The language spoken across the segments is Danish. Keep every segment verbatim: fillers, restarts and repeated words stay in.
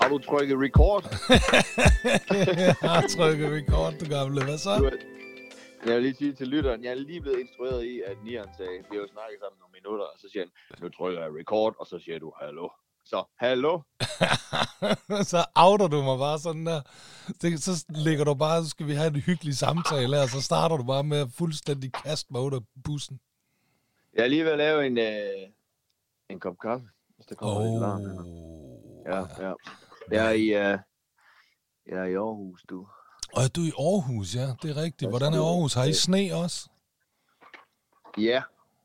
Har du trykket record? Jeg har trykket record, du gamle. Hvad så? Jeg vil lige sige til lytteren, jeg er lige blevet instrueret i, at Nian sagde, vi har jo snakket sammen nogle minutter, og så siger han, nu trykker jeg record, og så siger du, hallo. Så, hallo. Så outer du mig bare sådan der. Det, så ligger du bare, så skal vi have en hyggelig samtale her, og så starter du bare med at fuldstændig kaste mig under bussen. Jeg er lige ved at lave en, øh, en kop kaffe, hvis der kommer oh. lidt larm her. Ja, ja. Jeg er i, øh, jeg er i Aarhus, du. Og du er i Aarhus, ja, det er rigtigt. Hvordan er Aarhus? Har I sne også? Ja.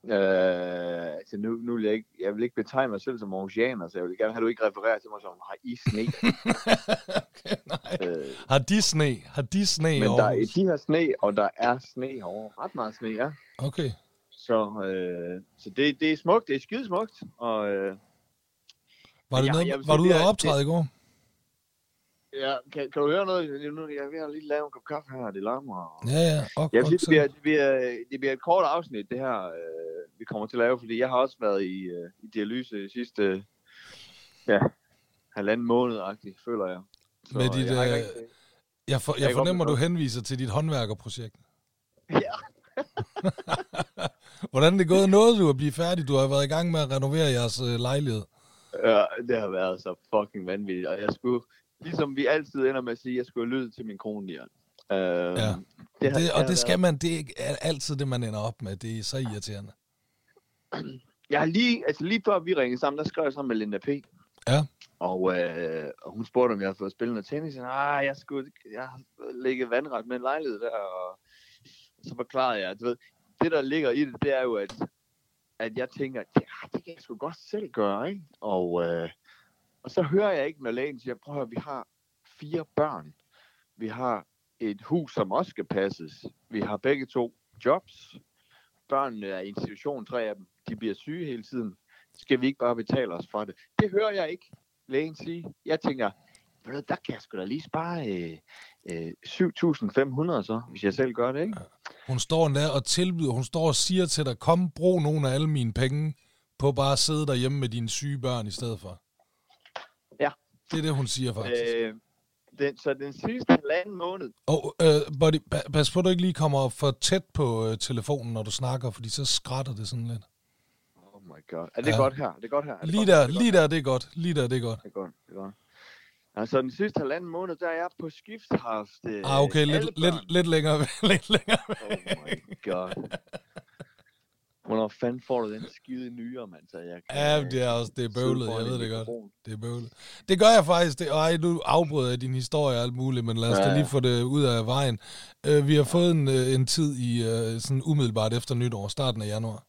Øh, altså nu, nu vil jeg ikke, jeg vil ikke betegne mig selv som aarhusianer, så jeg vil gerne have, du ikke referere til mig som, har I sne? Okay, nej. Øh, har de sne? Har de sne i men Aarhus? Der, de har sne, og der er sne herovre. Ret meget sne, ja. Okay. Så, øh, så det, det er smukt, det er skidesmukt, og... Øh, var det jeg, noget, jeg var du ude at optræde det, i går? Ja, kan, kan du høre noget? Nu jeg er ved at lige lave en kop kaffe her, det larmer. Ja, ja. Og, jeg synes, det bliver, det, bliver, det bliver et kort afsnit, det her, øh, vi kommer til at lave, fordi jeg har også været i, øh, i dialyse i sidste, ja, halvanden måned-agtigt, føler jeg. Så, Med dit, jeg, øh, ikke, jeg, for, jeg, jeg fornemmer, du henviser til dit håndværkerprojekt. Ja. Hvordan er det gået? Nåede du at blive færdig? Du har været i gang med at renovere jeres øh, lejlighed. Ja, det har været så fucking vanvittigt, og jeg skulle... Ligesom vi altid ender med at sige, at jeg skulle lyde til min kone, Nian. Uh, ja. det har, det, og det, det det skal man, det er altid det, man ender op med. Det er så irriterende. Jeg har lige, altså lige før vi ringede sammen, der skrev jeg sammen med Linda P. Ja. Og, øh, og hun spurgte, om jeg havde fået spillet noget tennis. Nej, jeg skulle, jeg har ligget vandret med en lejlighed der, og så forklarede jeg, du ved, det der ligger i det, det er jo, at, at jeg tænker, ja, det kan jeg sgu godt selv gøre, ikke? Og... Øh, Og så hører jeg ikke, når lægen siger, prøv at høre, vi har fire børn. Vi har et hus, som også skal passes. Vi har begge to jobs. Børnene er i institution, tre af dem. De bliver syge hele tiden. Skal vi ikke bare betale os for det? Det hører jeg ikke lægen sige. Jeg tænker, der kan jeg sgu da lige spare øh, øh, syv tusind fem hundrede så, hvis jeg selv gør det, ikke? Hun står der og tilbyder, hun står og siger til dig, kom, brug nogle af alle mine penge på bare at sidde derhjemme med dine syge børn i stedet for. Ja. Det er det, hun siger faktisk. Øh, den, så den sidste halvanden måned... Og øh, buddy, pas på, at du ikke lige kommer for tæt på øh, telefonen, når du snakker, fordi så skrætter det sådan lidt. Oh my god. Er det ja. godt her? Det er godt her? Er lige godt? der, er lige der, det er godt. Lige der, det er godt. Det er godt, det er godt. Altså, den sidste halvanden måned, der er jeg på skift haft... Øh, ah, okay, lidt, lidt, lidt længere lidt længere Oh my god. Hvornår fanden får du den skide nyere, mand? Så jeg kan, ja, det er også, det er bøvlet, jeg ved det godt. Det er bøvlet. Det gør jeg faktisk, det, og ej, nu afbryder jeg din historie og alt muligt, men lad os ja, da lige få det ud af vejen. Uh, vi har fået en, en tid i, uh, sådan umiddelbart efter nytår, starten af januar.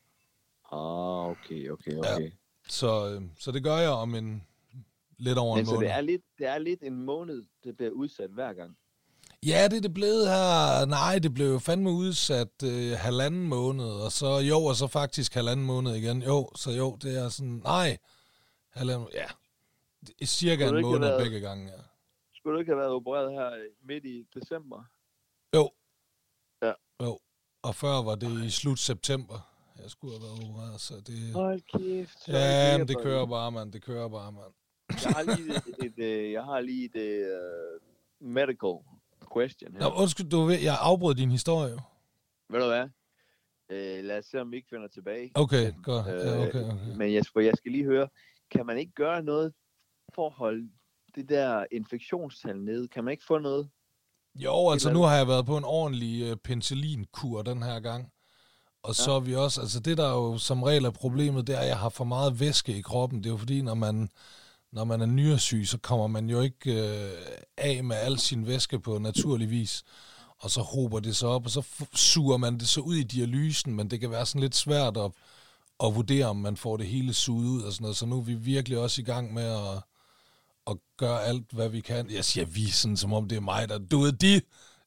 Ah, okay, okay, okay. Ja. Så, uh, så det gør jeg om en lidt over men en så måned. Det er, lidt, det er lidt en måned, det bliver udsat hver gang. Ja, det er det blevet her. Nej, det blev jo fandme udsat øh, halvanden måned, og så jo, og så faktisk halvanden måned igen. Jo, så jo, det er sådan, nej, halvanden, ja, det er cirka en måned været, begge gange, ja. Skulle du ikke have været opereret her midt i december? Jo. Ja. Jo, og før var det i slut september, jeg skulle have været opereret, så det... Hold kæft. Ja, men det kører bare, mand, det kører bare, mand. Jeg har lige et, et, et, jeg har lige et uh, medical question her. Nå, undskyld, du ved, jeg afbrød din historie jo. Ved du hvad? Uh, lad os se, om vi ikke finder tilbage. Okay, godt. Uh, ja, okay, okay. Men jeg, jeg skal lige høre, kan man ikke gøre noget for at holde det der infektionstal nede? Kan man ikke få noget? Jo, altså nu har jeg været på en ordentlig uh, penicillinkur den her gang. Og ja. Så er vi også, altså det der jo som regel er problemet, det er, at jeg har for meget væske i kroppen. Det er jo fordi, når man... Når man er nyresyg, så kommer man jo ikke øh, af med al sin væske på naturlig vis. Og så hober det så op, og så f- suger man det så ud i dialysen, men det kan være sådan lidt svært at, at vurdere, om man får det hele suget ud og sådan noget. Så nu er vi virkelig også i gang med at, at gøre alt, hvad vi kan. Jeg siger vi, sådan som om det er mig, der... Du ved, de,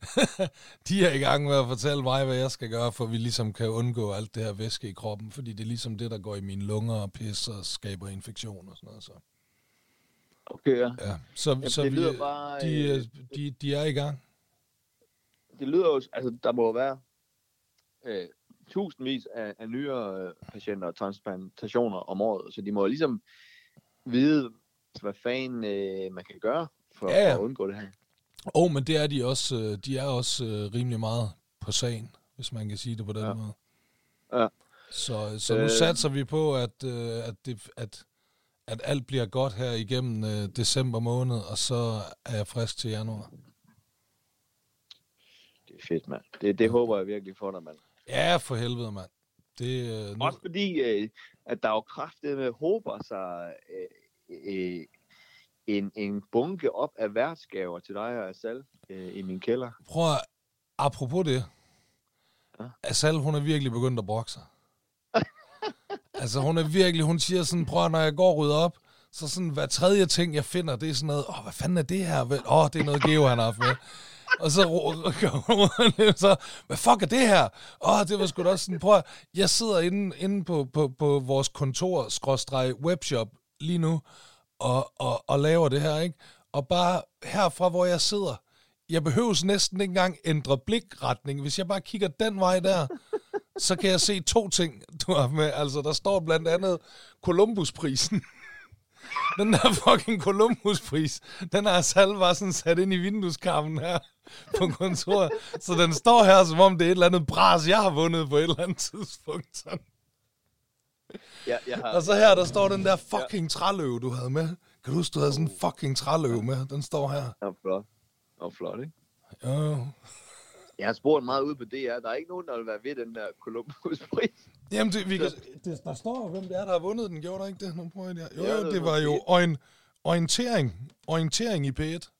de er i gang med at fortælle mig, hvad jeg skal gøre, for at vi ligesom kan undgå alt det her væske i kroppen. Fordi det er ligesom det, der går i mine lunger og pisser og skaber infektion og sådan noget, så... Okay, ja. ja. Så, Jamen, så det lyder vi, bare... De, de, de er i gang. Det lyder jo... Altså, der må være øh, tusindvis af, af nyere patienter og transplantationer om året, så de må ligesom vide, hvad fanden øh, man kan gøre for, ja, ja. for at undgå det her. Åh, oh, men det er de også, de er også uh, rimelig meget på sagen, hvis man kan sige det på den ja. måde. Ja. Så, så nu øh, satser vi på, at, uh, at, det, at, at alt bliver godt her igennem uh, december måned, og så er jeg frisk til januar. Det er fedt, mand. Det, det ja. håber jeg virkelig for dig, mand. Ja, for helvede, mand. Det, uh, nu... Også fordi, uh, at der jo kraftedeme håber sig uh, uh, en, en bunke op af værtsgaver til dig og Asal uh, i min kælder. Prøv at, apropos det, ja. Asal, hun er virkelig begyndt at brokke sig. Altså, hun er virkelig, hun siger sådan, prøv at, når jeg går og rydder op, så sådan, hver tredje ting, jeg finder, det er sådan noget, åh, hvad fanden er det her? Åh, oh, det er noget Geo, han har haft med. Og så, så hvad fuck er det her? Åh, oh, det var sgu da også sådan, prøv at, jeg sidder inde, inde på, på, på vores kontor, skråstreg, webshop, lige nu, og, og, og laver det her, ikke? Og bare herfra, hvor jeg sidder, jeg behøver næsten ikke engang ændre blikretning. Hvis jeg bare kigger den vej der, så kan jeg se to ting, du har med. Altså, der står blandt andet Columbusprisen. Den der fucking Columbus-pris, den har Asal bare sådan sat ind i vindueskarmen her på kontoret. Så den står her, som om det er et eller andet bras, jeg har vundet på et eller andet tidspunkt. Sådan. Ja, jeg har... Og så her, der står den der fucking ja. træløve, du havde med. Kan du huske, du havde sådan en fucking træløve med? Den står her. Ja, flot. Ja, flot, ikke? Jo. Jeg har spurgt meget ud på D R. Der er ikke nogen, der vil være ved den der Columbus-pris. Jamen, det, vi kan, det, der står hvem det er, der har vundet den. Gjorde der ikke det? Nu prøver jeg. Jo, jo, det var jo orien, orientering. Orientering i P et.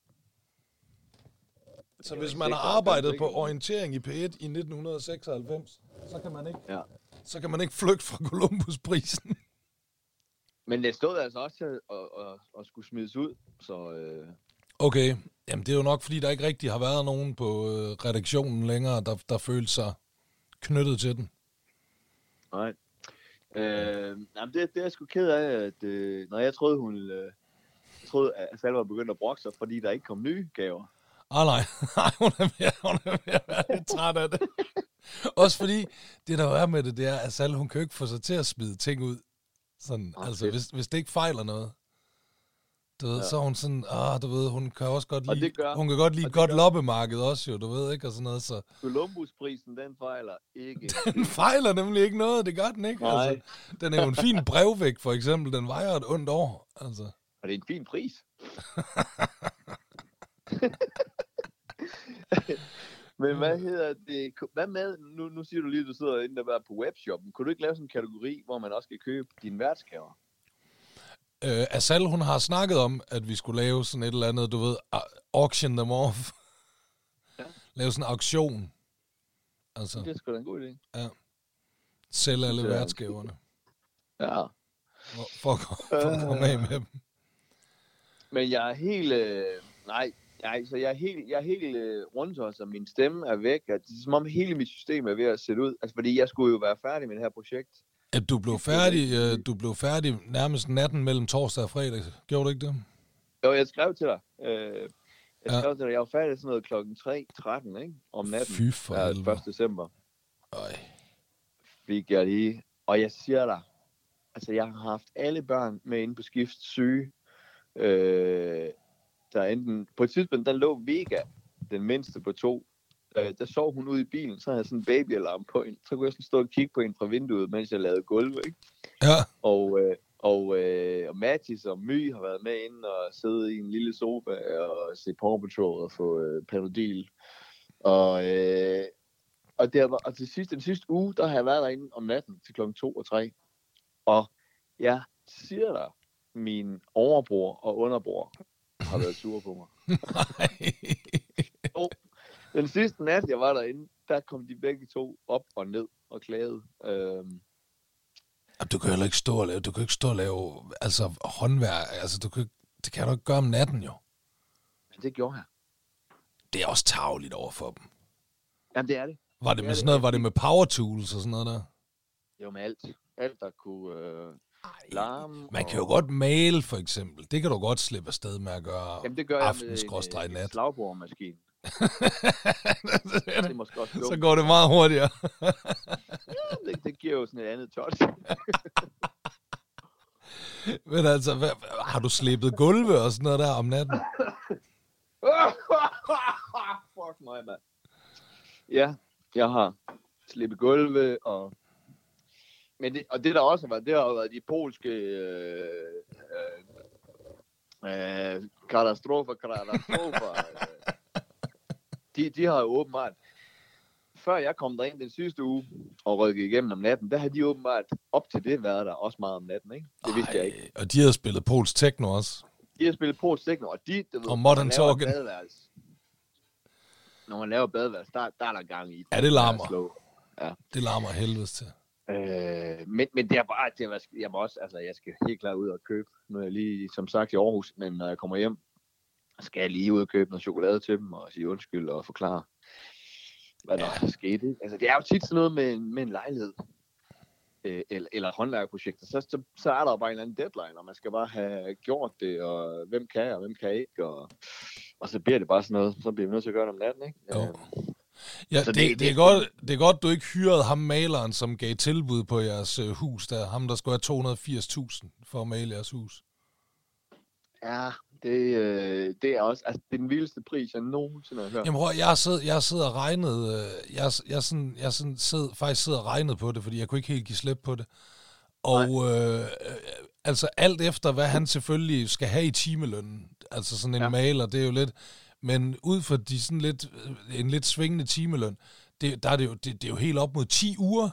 Så hvis man har arbejdet på orientering i P et i nitten seksoghalvfems, så kan man ikke, ja. så kan man ikke flygte fra Columbus-prisen. Men det stod altså også til at, at, at, at skulle smides ud, så... Øh... Okay, jamen det er jo nok, fordi der ikke rigtig har været nogen på øh, redaktionen længere, der, der følte sig knyttet til den. Nej. Øh, jamen det, det er jeg sgu ked af, at øh, når jeg troede, hun... Øh, jeg troede, at Asal var begyndt at brokke sig, fordi der ikke kom nye gaver. Ah, nej, nej, hun er ved, hun er ved at være lidt træt af det. Også fordi, det der er med det, det er, at Asal, hun kan jo ikke få sig til at smide ting ud. Sådan, ah, altså, hvis, hvis det ikke fejler noget. Du ved, ja. Så er hun sådan, ah, du ved, hun kan også godt lide, gør, hun kan godt lide et godt gør. loppemarked også jo, du ved ikke, og sådan noget, så... Columbusprisen, den fejler ikke. Den fejler nemlig ikke noget, det gør den ikke, nej. Altså. Den er jo en fin brevvægt, for eksempel, den vejer et ondt år, altså. Og det er en fin pris. Men hvad hedder det, hvad med, nu, nu siger du lige, at du sidder inde der på webshoppen, kunne du ikke lave sådan en kategori, hvor man også skal købe dine værtsgaver? Øh, Asal, hun har snakket om, at vi skulle lave sådan et eller andet, du ved, auction them off. Ja. Lave sådan en auktion. Altså, det er sgu da en god idé. Ja. Sælge alle ja. værtsgaverne. Ja. For, for, for at komme af med dem. Men jeg er helt, øh, nej, nej, så jeg er helt, jeg er helt øh, rundt også, og min stemme er væk. At det er som om hele mit system er ved at sætte ud. Altså, fordi jeg skulle jo være færdig med det her projekt. At du blev færdig, øh, du blev færdig nærmest natten mellem torsdag og fredag. Gjorde du ikke det? Jo, jeg skrev til dig. Øh, jeg skrev ja. til dig, jeg var færdig sådan noget klokken tre tretten, ikke? Om natten. Fy for ja, første december. Øj. Fik jeg lige. Og jeg siger dig, altså jeg har haft alle børn med inde på skift syge. Øh, der enten, på et tidspunkt, der lå Vega, den mindste på to. Øh, der sov hun ude i bilen, så havde jeg sådan en babyalarm på hende. Så kunne jeg sådan stå og kigge på hende fra vinduet, mens jeg lavede gulv, ikke? Ja. Og, øh, og, øh, og Mathis og My har været med inde og siddet i en lille sofa og se Paw Patrol og få øh, Panodil. Og, øh, og, der var, og til sidst, den sidste uge, der har jeg været derinde om natten til klokken to og tre. Og jeg siger dig, min overbror og underbror har været sure på mig. Nej. Og den sidste nat, jeg var derinde, der kom de begge to op og ned og klagede. Øhm. Du kan jo ikke stå og lave, du kan ikke stå og lave, altså håndværk, altså du kan, det kan du ikke gøre om natten jo. Men det gjorde jeg. Det er også tarveligt over for dem. Jamen det er det. Var det, det med sådan noget, det. Var det med power tools og sådan noget der? Jo, med alt. Alt, der kunne øh, larme. Man kan jo og... godt male, for eksempel. Det kan du godt slippe afsted med at gøre. Jamen det gør jeg med en, en slagboremaskine. det det så går det meget hurtigere. ja, det, det giver jo sådan et andet touch. Men altså, hvad, har du slæbet gulve og sådan noget der om natten? Fuck mig, mand. Ja, jeg har slæbet gulve, og... Men det, og det der også har været, det har været de polske øh, øh, øh, katastrofer, katastrofer. øh. De, de har jo åbenbart, før jeg kom derind den sidste uge og rykkede igennem om natten, der havde de åbenbart op til det været der også meget om natten, ikke? Det vidste Ej, jeg ikke. Og de har spillet polsk techno også. De har spillet polsk techno, og de, du ved, og Modern Talking. Når man laver badeværelse, der, der er der gang i. Ja, det larmer. Ja. Det larmer helvedes til. Øh, men, men det er bare, det er, jeg må også, altså jeg skal helt klart ud og købe, nu er jeg lige, som sagt, i Aarhus, men når jeg kommer hjem, skal jeg lige ud og købe noget chokolade til dem, og sige undskyld og forklare, hvad der ja. er sket. Altså det er jo tit sådan noget med, med en lejlighed, øh, eller, eller håndværkerprojekter, så, så, så er der bare en eller anden deadline, og man skal bare have gjort det, og hvem kan, og hvem kan ikke, og, og så bliver det bare sådan noget, så bliver vi nødt til at gøre det om natten, ikke? Jo. Ja, det, det, det, er godt, det er godt, du ikke hyrede ham maleren, som gav tilbud på jeres øh, hus der. Ham, der skulle have to hundrede og firs tusind for at male jeres hus. Ja, det, øh, det er også altså, det er den vildeste pris, jeg nogensinde har hørt. Jamen prøv, jeg har siddet, jeg har siddet og regnet, øh, jeg, jeg, sådan, jeg sådan sidder, faktisk sidder og regnet på det, fordi jeg kunne ikke helt give slip på det. Og øh, altså alt efter, hvad han selvfølgelig skal have i timelønnen, altså sådan en ja. maler, det er jo lidt... Men ud for de sådan lidt, en lidt svingende timeløn, det, der er det, jo, det, det er jo helt op mod ti uger,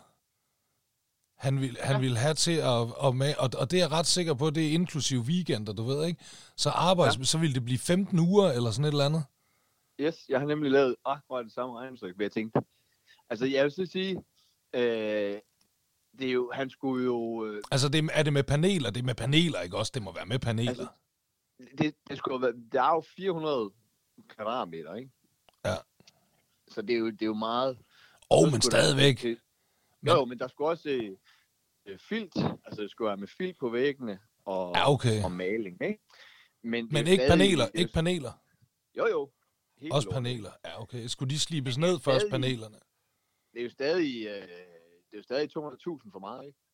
han vil, ja. han vil have til at, at male, og, og det er jeg ret sikker på, det er inklusive weekender, du ved ikke? Så arbejds, ja. så vil det blive femten uger, eller sådan et eller andet. Yes, jeg har nemlig lavet akkurat det samme regnestykke, hvad jeg tænkte. Altså, jeg vil så sige, øh, det er jo, han skulle jo... Øh, altså, det er, er det med paneler? Det er med paneler, ikke også? Det må være med paneler. Altså, det, det skulle være, der er jo fire hundrede kvadratmeter, ikke? Ja. Så det er jo, det er jo meget... Åh, oh, men stadigvæk. Til, men... Jo, men der skulle også øh, filt, altså det skulle være med filt på væggene og, ja, okay. og maling, ikke? Men, men ikke stadig, paneler, ikke paneler? Jo, jo. Også lort. Paneler, ja, okay. Skulle de slibes ned først, stadig, panelerne? Det er jo stadig, øh, det er jo stadig to hundrede tusind for meget, ikke?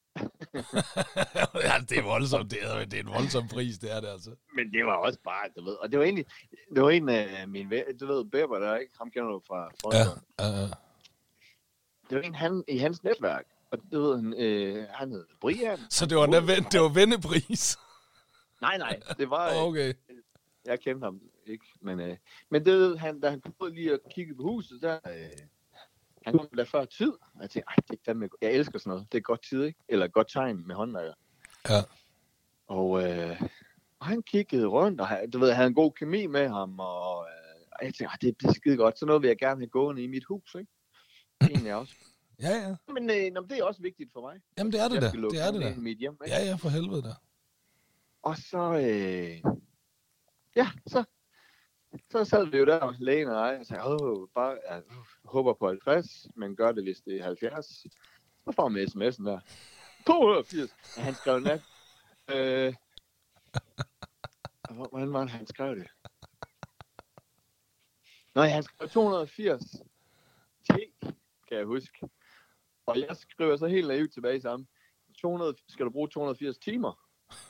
ja, det er voldsomt, det er, det er en voldsom pris, det er det altså. Men det var også bare, du ved, og det var egentlig, det var en af mine venner, du ved, Bebber der, ikke? Ham kender du fra Folkesund. Ja, ja, ja. Det var en han, i hans netværk, og du ved, han, øh, han hed Brian. Så det var, en ven, det var vennepris? nej, nej, det var, okay. Jeg kendte ham ikke, men, øh, men det ved han, da han kom ud lige og kiggede på huset, der, øh, han kom der før tid, og jeg tænkte, ej, det er fandme, jeg elsker sådan noget, det er godt tid, ikke? Eller godt tegn med håndværker. Ja. Og, øh, og han kiggede rundt, og han, du ved, havde en god kemi med ham, og, øh, og jeg tænkte, det bliver skide godt, så noget vil jeg gerne have gående i mit hus, ikke? Det er egentlig også. ja, ja. Men øh, det er også vigtigt for mig. Jamen, det er det da, det er det da. Mit hjem, ikke? Ja, ja, for helvede da. Og så, øh, ja, så, så sad vi jo der og lægen og jeg, og sagde, åh, bare, jeg håber på halvtreds, men gør det, hvis det er halvfjerds. Så får man sms'en der. to hundrede og firs. Ja, han skrev nat. Øh, hvordan var det, han skrev det? Nå, han skrev to hundrede og firs. T, kan jeg huske. Og jeg skriver så helt naivt tilbage sammen. to hundrede, skal du bruge to hundrede og firs timer?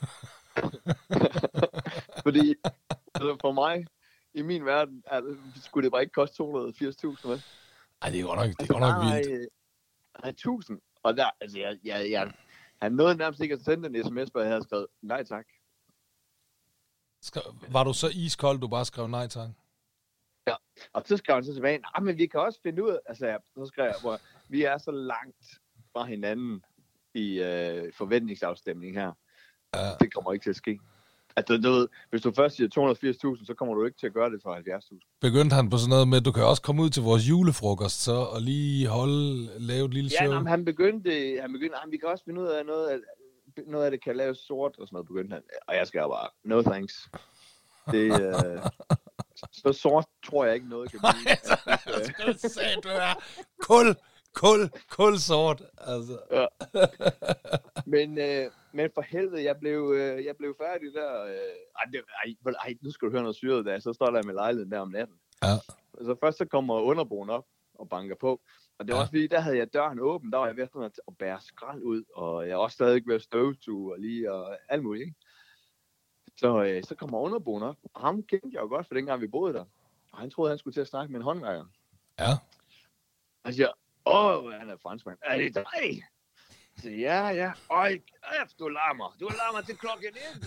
Fordi altså for mig, i min verden, altså, skulle det bare ikke koste to hundrede og firs tusind, vel? Ej, det er godt nok, det er godt nok vildt. Nej, tusind. Og der, altså, jeg, jeg, jeg, han nåede nærmest ikke at sende en sms, hvor jeg havde skrevet, nej tak. Skrev, var du så iskold, du bare skrev nej tak? Ja, og så skrev han så tilbage, nej, men vi kan også finde ud af, altså, så skrev jeg, hvor vi er så langt fra hinanden i øh, forventningsafstemning her. Ja. Det kommer ikke til at ske. Altså, du ved, hvis du først siger to hundrede og firs tusind, så kommer du ikke til at gøre det for halvfjerds tusind. Begyndte han på sådan noget med, at du kan også komme ud til vores julefrokost, så, og lige holde, lave et lille show? Ja, nej, han begyndte, han begyndte, nej, vi kan også finde ud af noget, af, noget af det kan laves sort og sådan noget, begyndte han. Og jeg skal bare, no thanks. Det, øh, så sort tror jeg ikke noget kan blive. Jeg skal sige, du er kul, kul, kul sort. Altså. Ja. Men, øh, men for helvede, jeg blev, øh, jeg blev færdig der. Øh, ej, det, ej, ej, nu skal du høre noget syret der. Så står der med lejligheden der om natten. Ja. Så først så kommer underboen op, og banker på. Og det var ja. også fordi, der havde jeg døren åben, der var jeg ved sådan at, at bære skrald ud, og jeg var også stadig ved at støvsuge og lige og alt muligt, ikke? Så, øh, så kommer underboen op, og ham kendte jeg jo godt, for dengang vi boede der. Og han troede, han skulle til at snakke med en håndværker. Ja. Og jeg siger, åh, han er franskmand. Er det dig? Så ja, ja. Øj, du larmer. Du larmer til klokken et.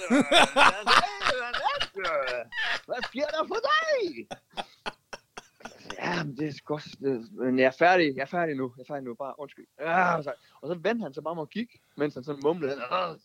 Hvad sker der for dig? Ja, men det er sgu også... Men jeg er færdig. Jeg er færdig nu. Jeg er færdig nu. Bare undskyld. Ja, så, og så vendte han så bare og kigge, mens han sådan mumlede. Han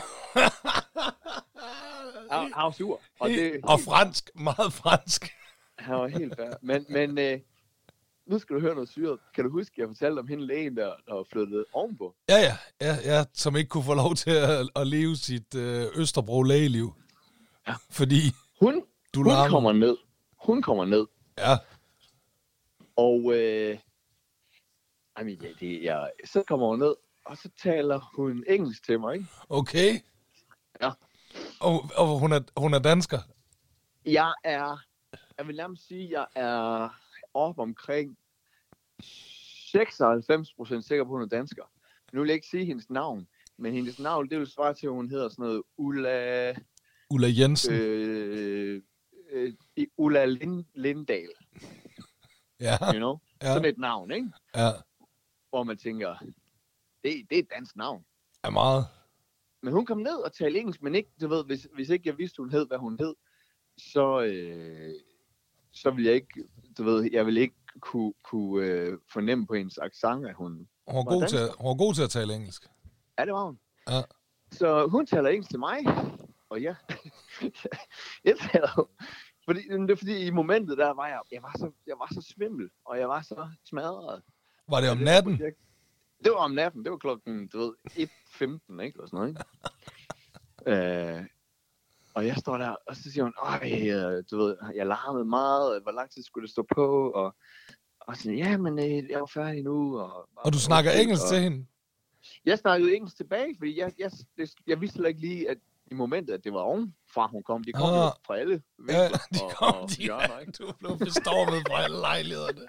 var sur. Og, det, og fransk. Meget fransk. Han var helt færdig. Men, men øh, nu skal du høre noget syret. Kan du huske, jeg fortalte om hende lægen, der, der var flyttet ovenpå? Ja, ja, ja, ja, som ikke kunne få lov til at, at leve sit øh, Østerbro lægeliv. Ja. Fordi hun, du hun kommer ned. Hun kommer ned. Ja. Og øh, I mean, ja, det, ja, så kommer hun ned, og så taler hun engelsk til mig, ikke? Okay. Ja. Og, og hun, er, hun er dansker? Jeg er, jeg vil nærmest sige, jeg er op omkring seksoghalvfems procent sikker på, at hun er dansker. Nu vil jeg ikke sige hendes navn, men hendes navn, det vil svare til, at hun hedder sådan noget Ulla... Ulla Jensen? Øh, øh, Ulla Lind, Lindahl. Ja. You know? Ja. Sådan et navn, ikke? Ja. Hvor man tænker, det, det er et dansk navn. Ja, meget. Men hun kom ned og talte engelsk, men ikke, du ved, hvis, hvis ikke jeg vidste, hun hed, hvad hun hed, så, øh, så ville jeg ikke, du ved, jeg ville ikke kunne, kunne øh, fornemme på hendes accent, at hun, hun var, god til, hun var god til at tale engelsk. Ja, det var hun. Ja. Så hun taler engelsk til mig, og ja, jeg taler fordi, det er fordi i momentet der var jeg, jeg var så, jeg var så svimmel, og jeg var så smadret. Var det om natten? Det, det var om natten, det var klokken, du ved, et femten, ikke, eller sådan noget, ikke? øh, og jeg står der, og så siger hun, ej, du ved, jeg larmede meget, hvor lang tid skulle det stå på, og, og sådan, ja, men jeg er færdig nu. Og, og, og du snakker og, engelsk og, til hende? Jeg snakkede engelsk tilbage, fordi jeg, jeg, det, jeg vidste heller ikke lige, at i momentet, at det var ovenfra, hun kom. De kom ah, jo fra alle vinkler, ja, de kom, og, og de, hjørner, ikke? Du blev bestormet fra alle lejlighederne.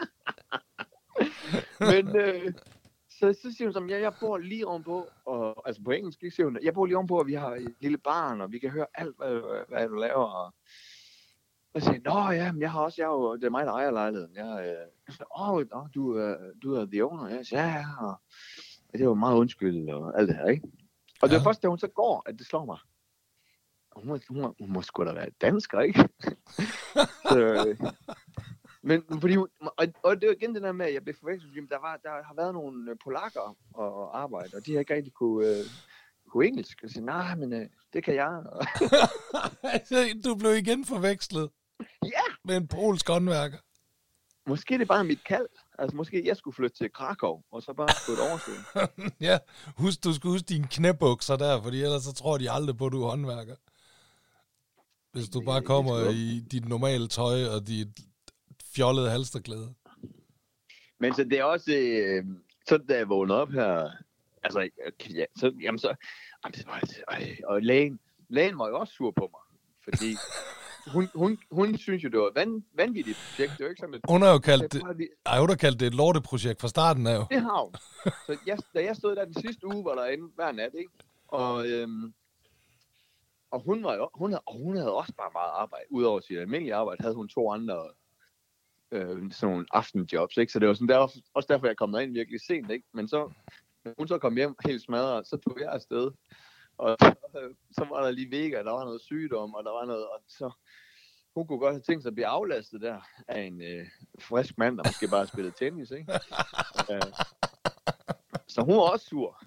Men øh, så, så siger hun som, ja, jeg bor lige ovenpå, og, altså på engelsk, siger hun, jeg bor lige ovenpå, og vi har et lille barn, og vi kan høre alt, hvad, hvad du laver. Og jeg siger, nå ja, men jeg har også, jeg er jo, det er mig, der ejer lejligheden. Jeg, øh, jeg siger, åh, oh, du, uh, du er the owner. Jeg siger, ja, ja, og det var meget undskyld, og alt det her, ikke? Og det er ja. Først, da hun så går, at det slår mig. Hun må, hun må, hun må sgu da være dansker, ikke? så, men fordi, og, og det var igen det der med, at jeg blev forvekslet. Der, var, der har været nogle polakker og arbejde, og de har ikke rigtig kunne, uh, kunne engelsk. Og sige, nej, men uh, det kan jeg. Du blev igen forvekslet? Ja! Med en polsk håndværker? Måske det er bare mit kald. Altså måske jeg skulle flytte til Krakow, og så bare få et overskud. Ja, husk, du skal huske dine knæbukser der, fordi ellers så tror de aldrig på, at du er håndværker. Hvis du bare kommer i dit normale tøj og dit fjollede halsterklæde. Men så det er også, øh, sådan da jeg vågnede op her, altså, ja, så, jamen så, øh, og lægen, lægen var jo også sur på mig, fordi hun, hun, hun synes jo, det var et van, vanvittigt projekt. Det var ikke sådan, at hun har jo kaldt det, ej, hun har kaldt det et lorteprojekt fra starten af jo. Det har hun. Så jeg, da jeg stod der den sidste uge, var der inde hver nat, ikke? Og, øhm, og hun var jo, hun havde, og hun havde også bare meget arbejde. Udover sit almindelige arbejde, havde hun to andre øh, sådan nogle aftenjobs, ikke? Så det var sådan, der var også derfor, jeg kom ind virkelig sent, ikke? Men så, hun så kom hjem helt smadret, så tog jeg afsted. Og så, øh, så var der lige Vega, der var noget sygdom, og der var noget, og så hun kunne godt have tænkt sig at blive aflastet der af en øh, frisk mand, der måske bare spillede tennis, ikke? øh, så hun var også sur.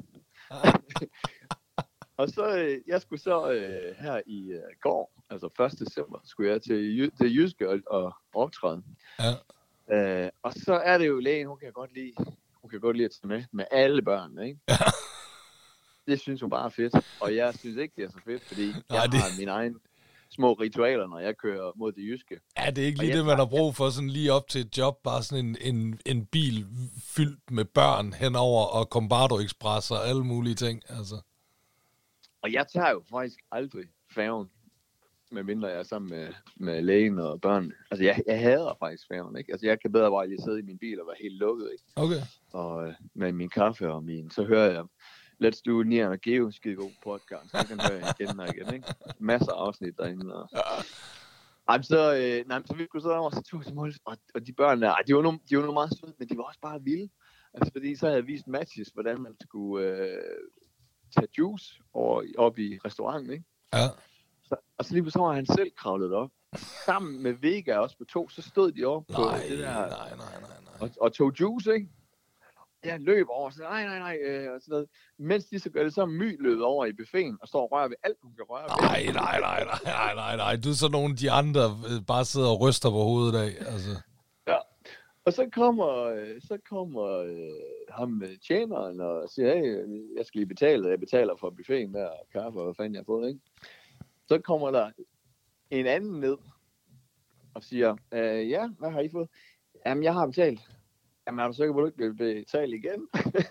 Og så, øh, jeg skulle så øh, her i øh, går, altså første december, skulle jeg til, til Jyske og, og optræde. Ja. Øh, og så er det jo lægen, hun kan godt lide, hun kan godt lide at tage med, med alle børnene, ikke? Ja. Det synes hun bare er fedt, og jeg synes ikke, det er så fedt, fordi Nej, jeg det... har min egen små ritualer, når jeg kører mod det jyske. Ja, det er ikke lige og det, man har brug for, sådan lige op til et job, bare sådan en, en, en bil fyldt med børn henover, og Combardo Express og alle mulige ting, altså. Og jeg tager jo faktisk aldrig færgen. med mindre jeg er sammen med, med lægen og børn. Altså, jeg, jeg hader faktisk færgen, ikke? Altså, jeg kan bedre bare lige sidde i min bil og være helt lukket, ikke? Okay. Og øh, med min kaffe og min, så hører jeg Let's Do Nian og Geo, skide god podcast. Så kan høre jeg igen og igen, ikke? Masser af afsnit derinde. Og... Ej, så, øh, nej, så vi skulle så over, så tog jeg til mål, og, og de børn der, ej, de var nogle, de var nogle meget søde, men de var også bare vilde. Altså, fordi så havde jeg vist Mattis, hvordan man skulle øh, tage juice over, op i restauranten, ikke? Ja. Så, og så lige så var han selv kravlet op. Sammen med Vega også på to, så stod de op på nej, det der, nej, nej, nej, nej. Og, og tog juice, ikke? Jeg løb over, så nej, nej, nej, øh, og sådan noget. Mens de så gør det, så My løbet over i buffeten og står og rører ved alt, hun kan røre ved. Nej, nej, nej, nej, nej, nej, nej. Du er så nogle af de andre, bare sidder og ryster på hovedet af, altså. Ja, og så kommer, øh, så kommer øh, ham med tjeneren og siger, hey, jeg skal lige betale, jeg betaler for buffeten der, kaffe og hvad fanden jeg har fået, ikke? Så kommer der en anden ned og siger, øh, ja, hvad har I fået? Jamen, jeg har betalt. Jamen, er du sikker på, at du ikke vil betale igen?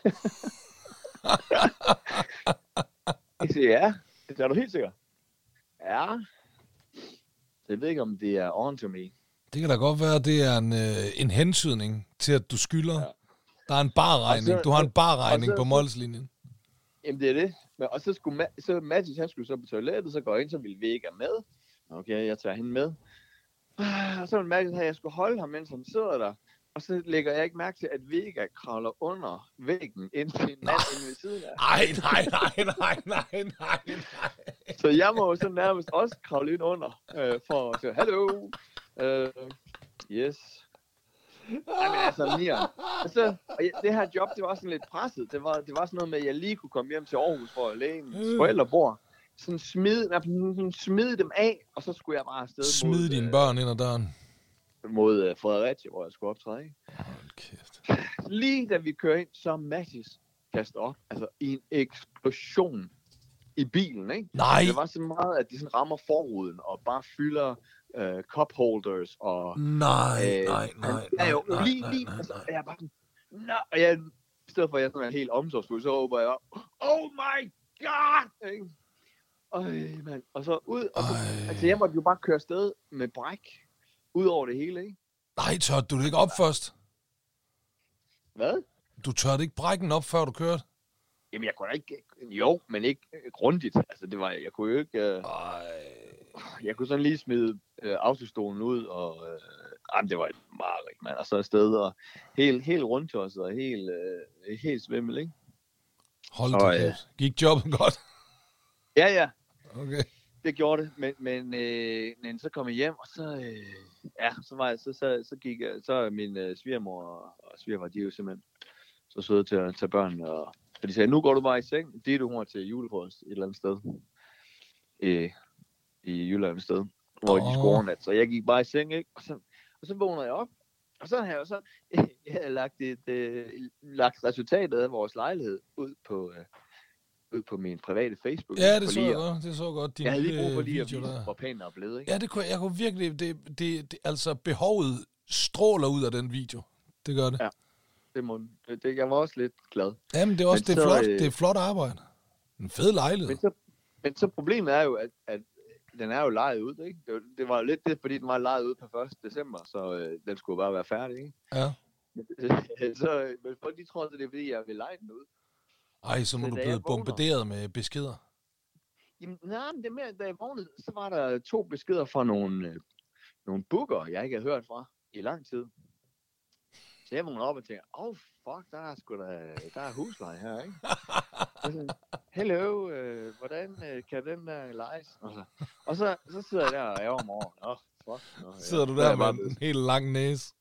Jeg siger, ja. Er du helt sikker? Ja. Jeg ved ikke, om det er on to me. Det kan da godt være, at det er en, øh, en hensydning til, at du skylder. Ja. Der er en barregning. Så, du har en barregning så, på målslinjen. Jamen, det er det. Men, og så skulle Ma- så Mathis, han skulle så på toilettet, så går jeg ind, så ville Vega med. Okay, jeg tager hende med. Og så ville Mathis have, at jeg skulle holde ham, mens han sidder der. Og så lægger jeg ikke mærke til, at Vega kravler under væggen, indtil en mand inde ved siden af. Nej, nej, nej, nej, nej, nej, nej. Så jeg må jo så nærmest også kravle ind under, øh, for at sige, hallo, øh, yes. Ej, men altså, Nian. Og så, og det her job, det var sådan lidt presset. Det var, det var sådan noget med, at jeg lige kunne komme hjem til Aarhus, hvor lægens forældre bor. Sådan smide, sådan smide dem af, og så skulle jeg bare afsted. Smide mod, dine øh, børn ind ad døren. Mod uh, Fredericia, hvor jeg skulle optræde, ikke? Hold kæft. Lige da vi kører ind, så Mattis kaster op, altså i en eksplosion i bilen, ikke? Nej! Det var så meget, at de sådan rammer forruden og bare fylder uh, cup holders og... Nej, øh, nej, nej, nej, nej, jo, nej, lige, nej, lige, nej, altså, nej. jeg er bare sådan, nej, og jeg, i stedet for at jeg sådan er helt omsorgsfuld, så råber jeg op, oh my god, ikke? Øj, mand, og så ud, og så, altså jeg måtte jo bare køre afsted med bræk, ud over det hele, ikke? Nej, tørte du det ikke op først? Hvad? Du tørte ikke brækken op, før du kørte? Jamen, jeg kunne ikke... Jo, men ikke grundigt. Altså, det var... Jeg kunne jo ikke... Øh, jeg kunne sådan lige smide øh, autostolen ud, og... Øh, jamen, det var et mareridt, mand. Og så afsted, og helt, helt rundt os, og helt, øh, helt svimmel, ikke? Hold da, øh, gik jobbet godt? Ja, ja. Okay. Det gjorde det, men, men, øh, men så kom jeg hjem, og så, øh, ja, så, var jeg, så, så, så gik jeg, så min øh, svigermor og svigerfar, de er jo simpelthen så søde til at tage børnene, og, og de sagde, nu går du bare i seng, det er du hun til julefrokost et eller andet sted, øh, i Jylland et sted, hvor oh. de skulle overnat, så jeg gik bare i seng, ikke, og så, og så vågnede jeg op, og så havde jeg så jeg havde lagt, et, øh, lagt resultatet af vores lejlighed ud på... Øh, ud på min private Facebook. Ja, det så jeg godt. Det så godt. Jeg havde lige brug for lige at vise, hvor pænt der er blevet, ikke? Ja, det kunne jeg kunne virkelig... Det, det, det, altså, behovet stråler ud af den video. Det gør det. Ja, det må det, det, jeg var også lidt glad. Jamen, det er også det er så, flot, øh, det er flot arbejde. En fed lejlighed. Men så, men så problemet er jo, at, at den er jo lejet ud, ikke? Det, det var lidt det, fordi den var lejet ud på første december, så øh, den skulle bare være færdig, ikke? Ja. så, men folk, de tror, at det er, fordi jeg vil leje den ud. Ej, så må så du blive bombarderet med beskeder. Jamen, nej, men det er mere, da jeg vågnede, så var der to beskeder fra nogle, øh, nogle booker, jeg ikke havde hørt fra i lang tid. Så jeg vågnede op og tænkte, oh fuck, der er sgu da, der er husleje her, ikke? Så, hello, øh, hvordan øh, kan den der lejes? Og så, og så, så sidder jeg der og ærger mig over, oh, fuck. Nå, ja. Sidder du der med en helt lang næse?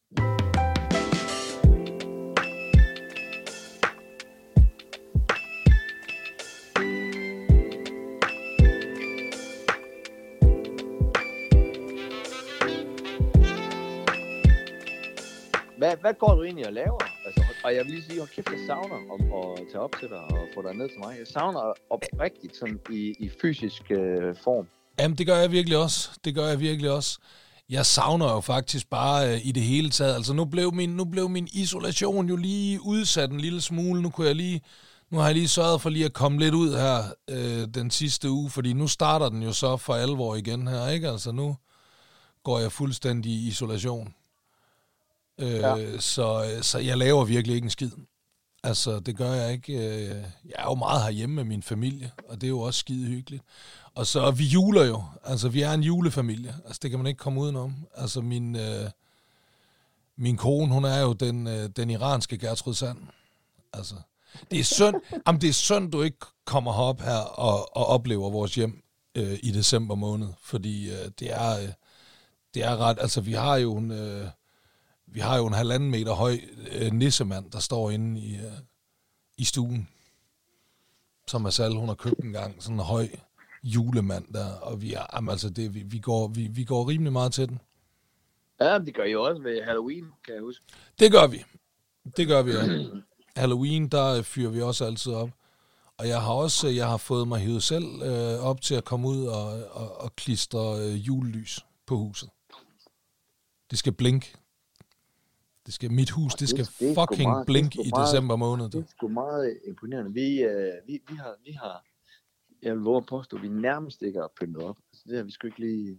Hvad, hvad går du egentlig og laver? Altså, og jeg vil lige sige, hold kæft, jeg savner om at tage op til dig og få dig ned til mig. Jeg savner oprigtigt sådan i, i fysisk øh, form. Jamen, det gør jeg virkelig også. Det gør jeg virkelig også. Jeg savner jo faktisk bare øh, i det hele taget. Altså, nu blev, min, nu blev min isolation jo lige udsat en lille smule. Nu kunne jeg lige, Nu har jeg lige sørget for lige at komme lidt ud her øh, den sidste uge, fordi nu starter den jo så for alvor igen her, ikke? Altså nu går jeg fuldstændig i isolation. Øh, ja. så, så jeg laver virkelig ikke en skid. Altså, det gør jeg ikke. Jeg er jo meget herhjemme med min familie, og det er jo også skide hyggeligt. Og så, vi juler jo. Altså, vi er en julefamilie. Altså, det kan man ikke komme udenom. Altså, min, øh, min kone, hun er jo den, øh, den iranske Gertrud Sand. Altså, det er synd, jamen, det er synd, du ikke kommer herop her og, og oplever vores hjem øh, i december måned, fordi øh, det er øh, det er ret, altså, vi har jo en øh, vi har jo en halvanden meter høj øh, nissemand, der står inde i, øh, i stuen, som Asal, hun har købt en gang, sådan en høj julemand der, og vi er, jamen, altså, det, vi, vi, går, vi, vi går rimelig meget til den. Ja, det gør I også ved Halloween, kan jeg huske. Det gør vi. Det gør vi, ja. Halloween, der fyrer vi også altid op. Og jeg har også, jeg har fået mig hævet selv øh, op til at komme ud og, og, og klistre øh, julelys på huset. Det skal blinke. Det skal, mit hus, det skal det, det fucking meget, blinke i meget, december måned. Det er sgu meget imponerende. Vi, øh, vi, vi, har, vi har, jeg vil våge at påstå, vi nærmest ikke har pyntet op. Altså, det har vi sgu ikke lige,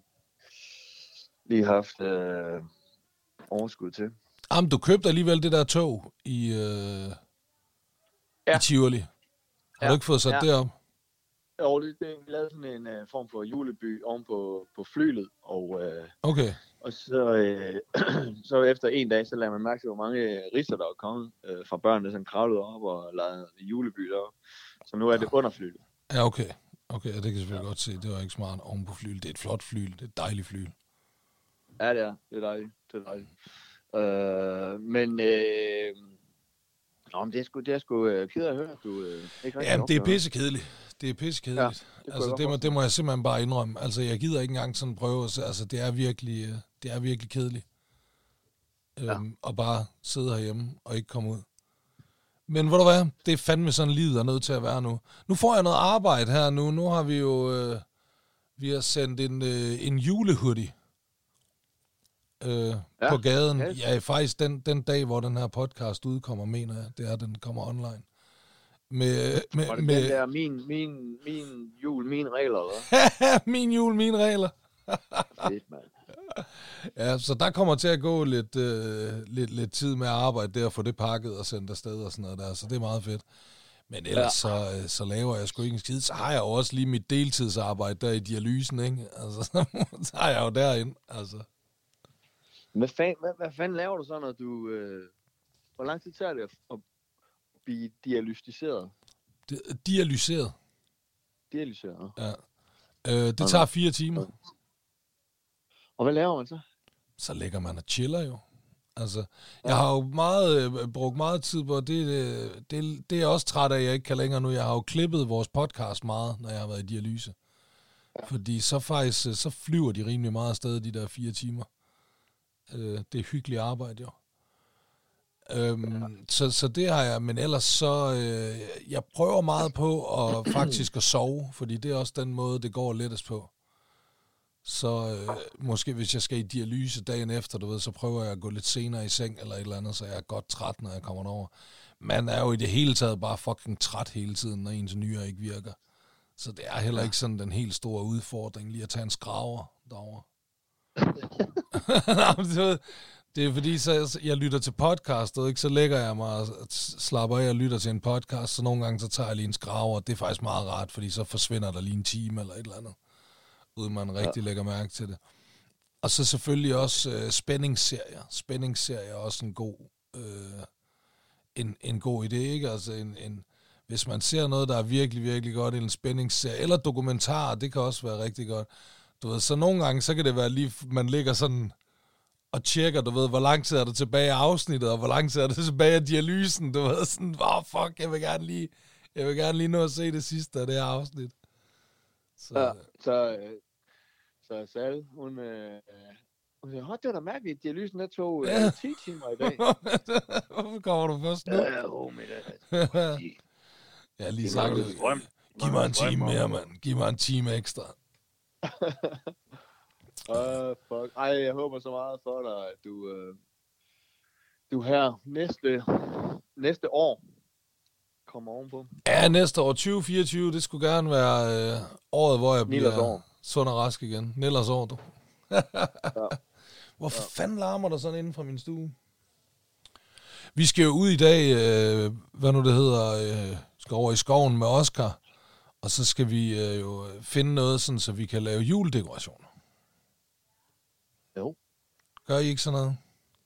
lige haft øh, overskud til. Jamen, du købte alligevel det der tog i, øh, ja. i Tivoli. Har ja. du ikke fået sat ja. det op? Jo, det, det vi lavede sådan en uh, form for juleby oven på, på flylet. Og, uh, okay. Og så, øh, så efter en dag, så lader man mærke til, hvor mange ridser, der er kommet øh, fra børnene, som kravlede op og lavede juleby deroppe. Så nu er det under flylet. Ja, okay. Okay, det kan jeg selvfølgelig ja. godt se. Det var ikke smart oven på flylet. Det er et flot flyl. Det er et dejligt flyl. Ja, det er. Det er dejligt. Det er dejligt. Øh, men, øh, nå, men det er sgu, det er sgu øh, ked af at høre, du øh, ikke rigtig. Jamen, det er pissekedeligt. Det er pissekedeligt. Ja, det, altså, det, må, det må jeg simpelthen bare indrømme. Altså, jeg gider ikke engang sådan prøve. Altså, det er virkelig, det er virkelig kedeligt. Ja. Øhm, og bare sidde herhjemme og ikke komme ud. Men ved du hvad? Det er fandme sådan, livet er nødt til at være nu. Nu får jeg noget arbejde her nu. Nu har vi jo øh, vi har sendt en, øh, en julehoodie øh, ja. på gaden. Okay. Ja, faktisk den, den dag, hvor den her podcast udkommer, mener jeg. Det er, den kommer online. Med, med, var det med... den der min, min, min jul, min regler, eller? Min jul, min regler. Fedt, mand. Ja, så der kommer til at gå lidt, øh, lidt, lidt tid med at arbejde der, og få det pakket og sendt afsted og sådan noget der, så det er meget fedt. Men ellers ja. så, så laver jeg sgu ikke en skid. Så har jeg jo også lige mit deltidsarbejde der i dialysen, ikke? Altså, så har jeg jo derinde, altså. Hvad fanden, hvad, hvad fanden laver du så, når du... Øh, hvor lang tid tager det at, at blive dialystiseret? Dialyseret? Dialyseret, ja. Øh, det tager fire timer. Og hvad laver man så? Så ligger man og chiller jo. Altså, ja. Jeg har jo meget, øh, brugt meget tid på, det, det, det er jeg også træt af, at jeg ikke kan længere nu. Jeg har jo klippet vores podcast meget, når jeg har været i dialyse. Ja. Fordi så faktisk, så flyver de rimelig meget afsted, de der fire timer. Øh, det er hyggeligt arbejde, jo. Øhm, ja. så, så det har jeg, men ellers så, øh, jeg prøver meget på at faktisk at sove, fordi det er også den måde, det går lettest på. Så øh, måske hvis jeg skal i dialyse dagen efter, du ved, så prøver jeg at gå lidt senere i seng eller et eller andet, så jeg er godt træt, når jeg kommer derover. Man er jo i det hele taget bare fucking træt hele tiden, når ens nyre ikke virker. Så det er heller ikke sådan den helt store udfordring lige at tage en skraver derovre. Nej, det er fordi, så jeg lytter til podcast, og ikke så lægger jeg mig og slapper af og lytter til en podcast, så nogle gange så tager jeg lige en skraver, og det er faktisk meget rart, fordi så forsvinder der lige en time eller et eller andet, uden man rigtig ja. lægger mærke til det. Og så selvfølgelig også øh, spændingsserier. Spændingsserier er også en god, øh, en, en god idé, ikke? Altså en, en, hvis man ser noget, der er virkelig, virkelig godt, en spændingsserie, eller dokumentar, det kan også være rigtig godt. Du ved, så nogle gange, så kan det være lige, man ligger sådan og tjekker, du ved, hvor lang tid er der tilbage af afsnittet, og hvor lang tid er der tilbage af dialysen, du ved, sådan, wow, fuck, jeg vil gerne lige, jeg vil gerne lige nå at se det sidste af det her afsnit. Så, ja, så, så Sal, hun, øh, hun siger, det var da mærkeligt, dialysen der tog ja. øh, ti timer i dag. Hvorfor kommer du først nu? Ja, oh, med det. Jeg har lige sagt, giv mig en time mere, mand. Giv mig en time ekstra. uh, fuck. Ej, jeg håber så meget for dig, at du, øh, du her næste, næste år kommer ovenpå. Ja, næste år, tyve fireogtyve, det skulle gerne være øh, året, hvor jeg Nillers bliver år. sund og rask igen. Nillers år, du. Ja. Hvorfor Ja. fanden larmer der sådan inden fra min stue? Vi skal jo ud i dag, øh, hvad nu det hedder, øh, skal over i skoven med Oscar, og så skal vi øh, jo finde noget, sådan, så vi kan lave juledekorationer. Jo. Gør I ikke sådan noget?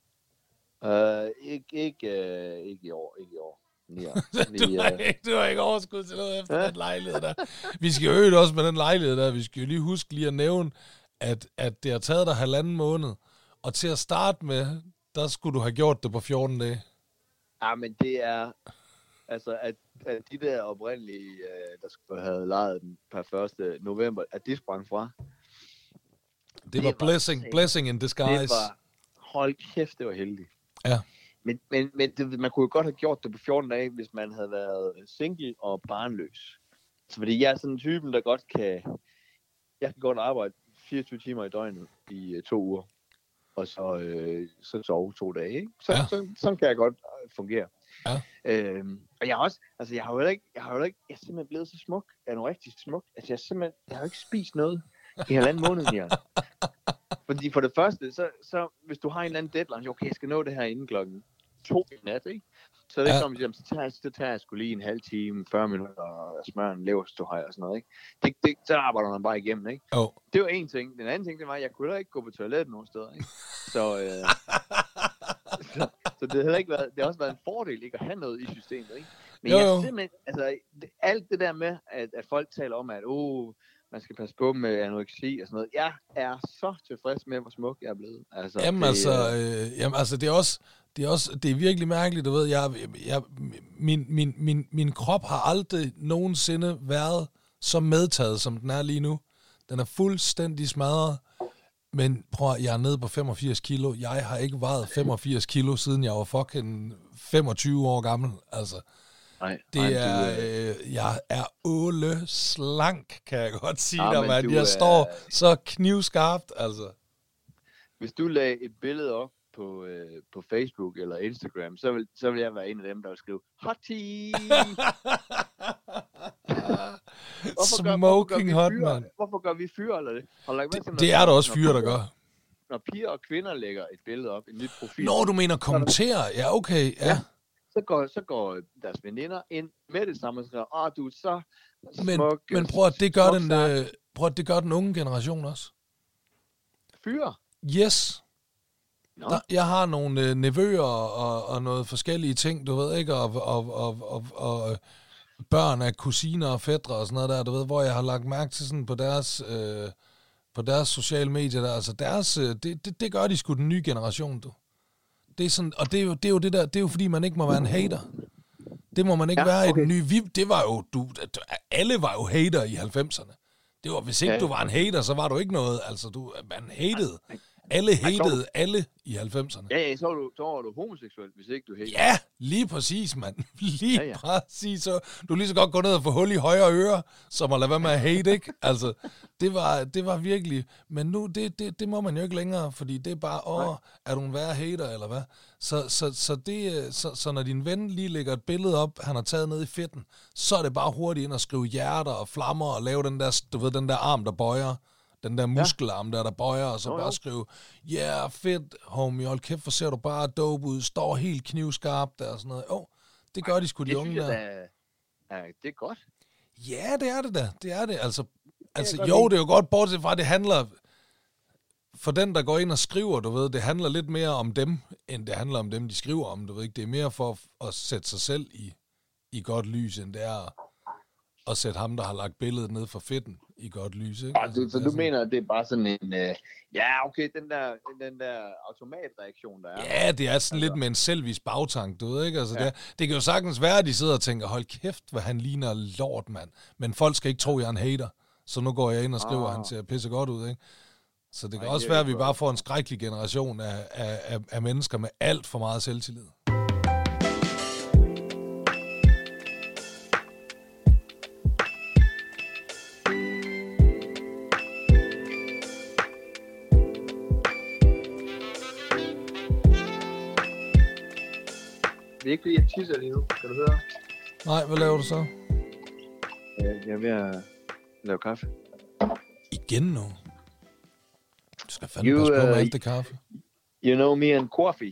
Uh, ikke, ikke, uh, ikke i år, ikke i år. Ja, du, har ikke, du har ikke overskud til noget efter den lejlighed der. Vi skal jo øge også med den lejlighed der. Vi skal jo lige huske lige at nævne, at, at det har taget dig halvanden måned. Og til at starte med, der skulle du have gjort det på fjorten dage. Ja, men det er... Altså, at, at de der oprindelige, uh, der skulle have lejet den per første november, at de sprang fra. Det, det var, var blessing, blessing in disguise. Det var... Hold kæft, det var heldigt. Ja. Men, men, men det, man kunne jo godt have gjort det på fjorten dage, hvis man havde været single og barnløs. Så fordi jeg er sådan en typen, der godt kan... Jeg kan godt arbejde fireogtyve timer i døgnet i uh, to uger. Og så, øh, så sove to dage, ikke? Så, ja. så, så, sådan kan jeg godt uh, fungere. Ja. Øhm, og jeg har også... Altså, jeg har jo ikke... Jeg har jo ikke... Jeg er simpelthen blevet så smuk. Jeg er nu rigtig smuk. Altså, jeg er simpelthen... Jeg har jo ikke spist noget i halvanden måned, Nian. Fordi for det første, så, så hvis du har en eller anden deadline, okay, jeg skal nå det her inden klokken to i nat, ikke? Så er det ikke ja. som, så tager, så tager jeg sgu lige en halv time, fyrre minutter og smøre en leverståhej og sådan noget, ikke? Det, det, så arbejder man bare igennem, ikke? Oh. Det var en ting. Den anden ting, det var, at jeg kunne da ikke gå på toilettet nogen steder, ikke? Så, øh, så, så det har ikke været, det har også været en fordel ikke at have noget i systemet, ikke? Men jo, jeg jo. er simpelthen, altså det, alt det der med, at, at folk taler om, at oh, man skal passe på med anoreksi og sådan noget. Jeg er så tilfreds med, hvor smuk jeg er blevet. Altså, jamen, det, altså, øh, jamen altså, det er også, det er også, det er virkelig mærkeligt, du ved, jeg, jeg, min, min, min, min krop har aldrig nogensinde været så medtaget, som den er lige nu. Den er fuldstændig smadret, men prøv at, jeg er nede på femogfirs kilo. Jeg har ikke vejet femogfirs kilo, siden jeg var fucking femogtyve år gammel, altså. Nej, det nej, er, du, øh, jeg er åle slank, kan jeg godt sige ja, dig, mand. Jeg er, står så knivskarpt, altså. Hvis du lagde et billede op på, øh, på Facebook eller Instagram, så vil, så vil jeg være en af dem, der vil skrive, hottie! Smoking hot, man. Hvorfor gør vi fyre eller det? Det, det, det er der også fyre, der gør. Når piger og kvinder lægger et billede op, en nyt profil. Nå, du mener kommentere? Ja, okay, ja. ja. Så går, så går deres veninder ind med det samme og siger, åh, du er så men, smuk. Men prøv at det gør, den, øh, prøv at det gør den unge generation også. Fyre? Yes. Der, jeg har nogle øh, nevøer og, og noget forskellige ting, du ved ikke, og, og, og, og, og børn af kusiner og fætre og sådan noget der, du ved, hvor jeg har lagt mærke til sådan på deres, øh, på deres sociale medier der, altså deres, øh, det, det, det gør de sgu den nye generation, du. Det er sådan, og det er, jo, det er jo det der, det er jo fordi, man ikke må være en hater. Det må man ikke ja, være okay. i den nye. Vi, det var jo, du, alle var jo hater i halvfemserne. Det var, hvis ikke ja. du var en hater, så var du ikke noget. Altså, du, man hatede. Alle hatede alle i halvfemserne. Ja, ja, så var du, så var du homoseksuel, hvis ikke du hatede. Ja, lige præcis, mand. Lige ja, ja. præcis. Så, du lige så godt gå ned og få hul i højre øre, som at lade være med at hate, ikke? Altså, det var, det var virkelig... Men nu, det, det, det må man jo ikke længere, fordi det er bare, åh, er du en værre hater, eller hvad? Så, så, så, det, så, så når din ven lige lægger et billede op, han har taget ned i fedten, så er det bare hurtigt ind og skrive hjerter og flammer og lave den der, du ved, den der arm, der bøjer. Den der muskelarm der, der bøjer, og så jo, bare jo. skrive, ja, yeah, fedt, homie, hold kæft, hvor ser du bare dope ud, står helt knivskarpt der og sådan noget. Åh, oh, det gør de sgu de unge der. Ja, det er godt. Ja, det er det da, det er det. Altså, altså det er jo, det er jo godt, bortset fra, det handler, for den, der går ind og skriver, du ved, det handler lidt mere om dem, end det handler om dem, de skriver om, du ved ikke. Det er mere for at sætte sig selv i, i godt lys, end det er at sætte ham, der har lagt billedet ned for fedten, i godt lys, ikke? Altså, så, så du sådan... mener, at det er bare sådan en, uh, ja, okay, den der, den der automatreaktion, der er. Ja, det er sådan altså... lidt med en selvis bagtank, du ved, ikke? Altså, ja. det, det kan jo sagtens være, at de sidder og tænker, hold kæft, hvad han ligner lort, mand. Men folk skal ikke tro, at jeg er en hater. Så nu går jeg ind og skriver, at oh. han ser pisse godt ud, ikke? Så det kan Ej, også være, at vi bare får en skrækkelig generation af, af, af, af mennesker med alt for meget selvtillid. Det er ikke fordi, jeg tisser lige nu. Kan du høre? Nej, hvad laver du så? Jeg er ved at lave kaffe. Igen nu? Du skal fandme you, passe på med uh, alt det kaffe. You know me and coffee.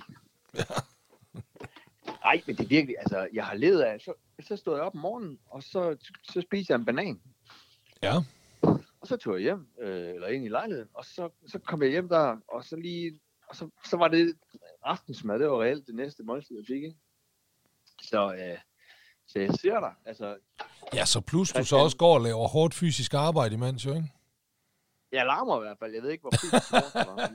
Nej, men det er virkelig, altså, jeg har levet af, så, så stod jeg op om morgenen, og så, så spiste jeg en banan. Ja. Og så tog jeg hjem, øh, eller ind i lejligheden, og så, så kom jeg hjem der, og så lige, og så, så var det aftensmad, det var reelt det næste måltid, jeg fik, ikke? Så, øh, så jeg ser dig, altså... Ja, så plus du så også går og laver hårdt fysisk arbejde imens, jo, ikke? Jeg larmer i hvert fald, jeg ved ikke, hvor fysisk det var.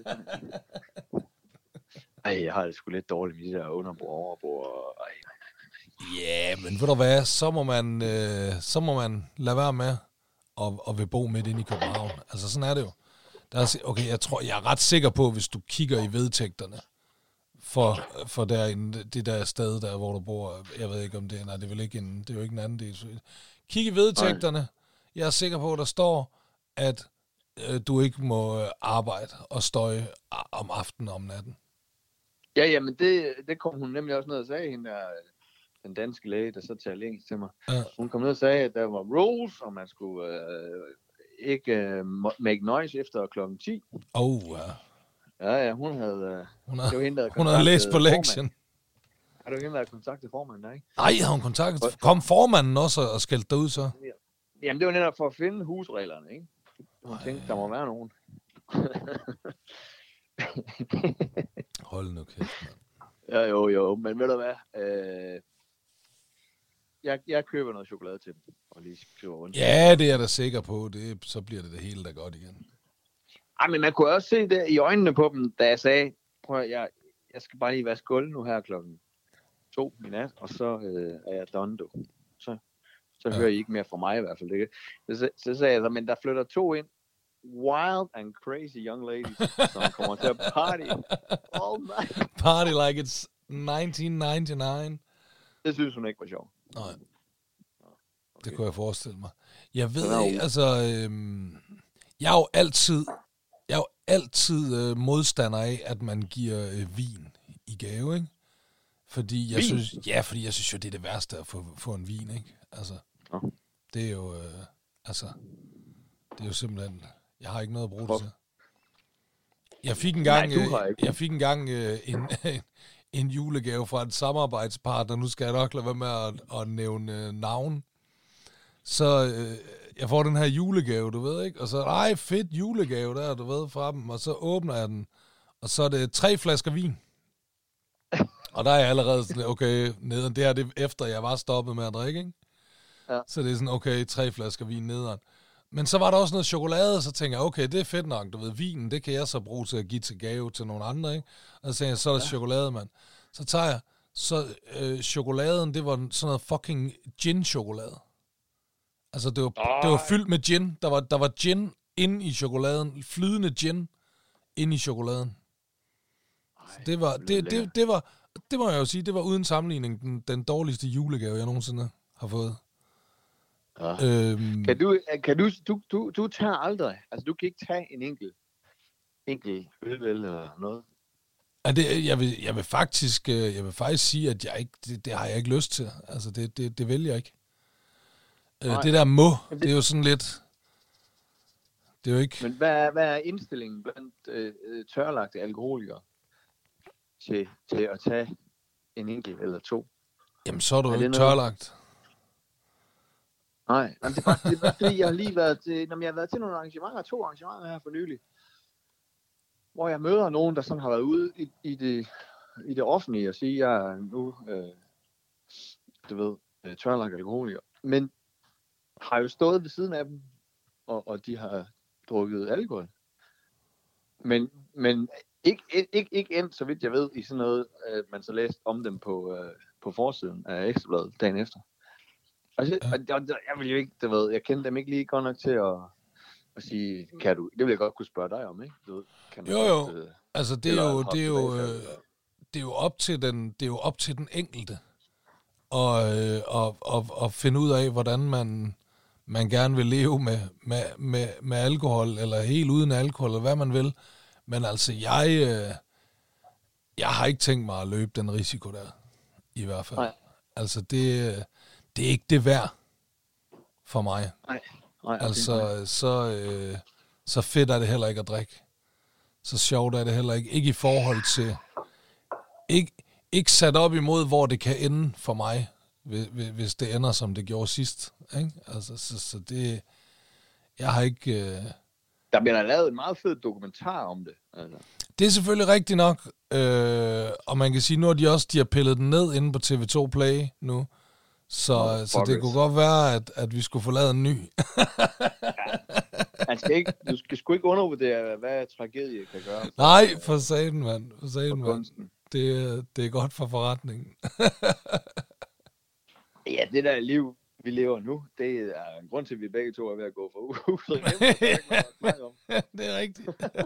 Ej, jeg har det sgu lidt dårligt med de der underbord og overbord. Ej, nej, nej, nej. Ja, men ved du hvad, så må man, øh, så må man lade være med at, at vil bo midt inde i København. Altså, sådan er det jo. Der er, okay, jeg tror, jeg er ret sikker på, hvis du kigger i vedtægterne for, for derinde, det der sted, der hvor du bor, jeg ved ikke om det er, nej, det er vel ikke en, det er jo ikke en anden del. Kig i vedtægterne. Jeg er sikker på, at der står, at øh, du ikke må arbejde og støje om aftenen og om natten. Ja, jamen det, det kom hun nemlig også ned og sagde, hende der, den danske læge, der så talte engelsk til mig. Ja. Hun kom ned og sagde, at der var rules, og man skulle øh, ikke øh, make noise efter klokken ti. Oh, ja. Ja, ja, hun havde... Øh, hun havde, det var hende, der hun havde læst på lektion. Har du hende, der havde kontaktet formanden der, ikke? Nej, har hun kontaktet? Kom formanden også og skældte dig ud så? Jamen, det var netop for at finde husreglerne, ikke? Hun Ej. tænkte, der må være nogen. Hold nu kæft, mand. Ja, jo, jo, men ved du hvad? Øh, jeg, jeg køber noget chokolade til dem, og lige skriver rundt. Ja, det er jeg da sikker på. Det, så bliver det det hele der godt igen. Ej, men man kunne også se det i øjnene på dem, da jeg sagde, prøv at, jeg, jeg skal bare lige vaske gulv nu her klokken to i nat, og så øh, er jeg done, du. Så, så ja. hører I ikke mere fra mig i hvert fald. Det. Så, så sagde jeg så, men der flytter to ind, wild and crazy young ladies, som kommer til at party all night. Party like it's nineteen ninety-nine. Det synes hun ikke var sjovt. Nej. Okay. Det kunne jeg forestille mig. Jeg ved ikke, altså, øhm, jeg er jo altid, jeg er jo altid øh, modstander af, at man giver øh, vin i gave, ikke? Fordi jeg vin? synes, ja, fordi jeg synes jo, det er det værste at få, få en vin, ikke? Altså, ja. Det er jo, øh, altså, det er jo simpelthen, jeg har ikke noget at bruge det til. Jeg fik engang, Nej, øh, jeg fik engang øh, en, en julegave fra en samarbejdspartner. Nu skal jeg nok lade være med at, at nævne øh, navn. Så øh, jeg får den her julegave, du ved, ikke? Og så, ej, fedt julegave der, du ved, fra dem. Og så åbner jeg den, og så er det tre flasker vin. Og der er jeg allerede sådan, okay, neden. Det her det efter, jeg var stoppet med at drikke, ikke? Ja. Så det er sådan, okay, tre flasker vin nederen. Men så var der også noget chokolade, så tænkte jeg, okay, det er fedt nok, du ved, vinen, det kan jeg så bruge til at give til gave til nogle andre, ikke? Og så tænkte jeg, så er der ja. chokolade, mand. Så tager jeg, så øh, chokoladen, det var sådan noget fucking gin-chokolade. Altså, det var, oh. det var fyldt med gin. Der var, der var gin inde i chokoladen, flydende gin inde i chokoladen. Ej, det var, det, det, det var, det må jeg jo sige, det var uden sammenligning den, den dårligste julegave, jeg nogensinde har fået. Ja. Øhm, kan du, kan du, du, du, du tager aldrig, altså du kan ikke tage en enkelt, enkelt øl eller noget? Ja, det, jeg, vil, jeg vil faktisk, jeg vil faktisk sige, at jeg ikke, det, det har jeg ikke lyst til. Altså det, det, det vil jeg ikke. Nej. Det der må, det er jo sådan lidt, det er jo ikke. Men hvad, hvad er indstillingen blandt øh, tørlagte alkoholikere til, til at tage en enkelt eller to? Jamen så er du er jo ikke tørlagt. Nej, det er bare, det er bare fordi, jeg har lige været til, når jeg har været til nogle arrangementer, to arrangementer her for nylig, hvor jeg møder nogen, der sådan har været ude i, i, det, i det offentlige og sige, at jeg er nu, øh, du ved, øh, tørlagt alkoholiker. Men har jo stået ved siden af dem, og, og de har drukket alkohol. Men, men ikke, ikke, ikke endt, så vidt jeg ved, i sådan noget, at man så læste om dem på, øh, på forsiden af Ekstrabladet dagen efter. Altså, ja. og, og, jeg vil jo ikke, du ved, jeg kender dem ikke lige godt nok til at, at sige, kan du, det vil jeg godt kunne spørge dig om, ikke? Du ved, kan jo, jo, godt, øh, altså det er jo, det er jo, øh, det er jo op til den, det er jo op til den enkelte, og, øh, og, og, og finde ud af, hvordan man, man gerne vil leve med, med, med, med alkohol, eller helt uden alkohol, eller hvad man vil. Men altså, jeg, øh, jeg har ikke tænkt mig at løbe den risiko der, i hvert fald. Nej. Altså, det, det er ikke det værd for mig. Nej. Nej, okay, altså, nej. så, øh, så fedt er det heller ikke at drikke. Så sjovt er det heller ikke. Ikke i forhold til... Ikke, ikke sat op imod, hvor det kan ende for mig, hvis det ender, som det gjorde sidst. Ikke? Altså, så, så det... Jeg har ikke... Øh... Der bliver lavet en meget fed dokumentar om det. Altså. Det er selvfølgelig rigtigt nok. Øh, og man kan sige, nu har de også de har pillet den ned inde på T V to Play nu. Så, oh, så det kunne godt være, at, at vi skulle få lavet en ny. Ja. Man skal ikke, du skal sgu ikke undervurdere, hvad tragedie kan gøre. For, Nej, for satan, mand. For satan, for mand. Det, det er godt for forretningen. Ja, det der liv, vi lever nu, det er en grund til, at vi begge to er ved at gå for huset. Det er rigtigt.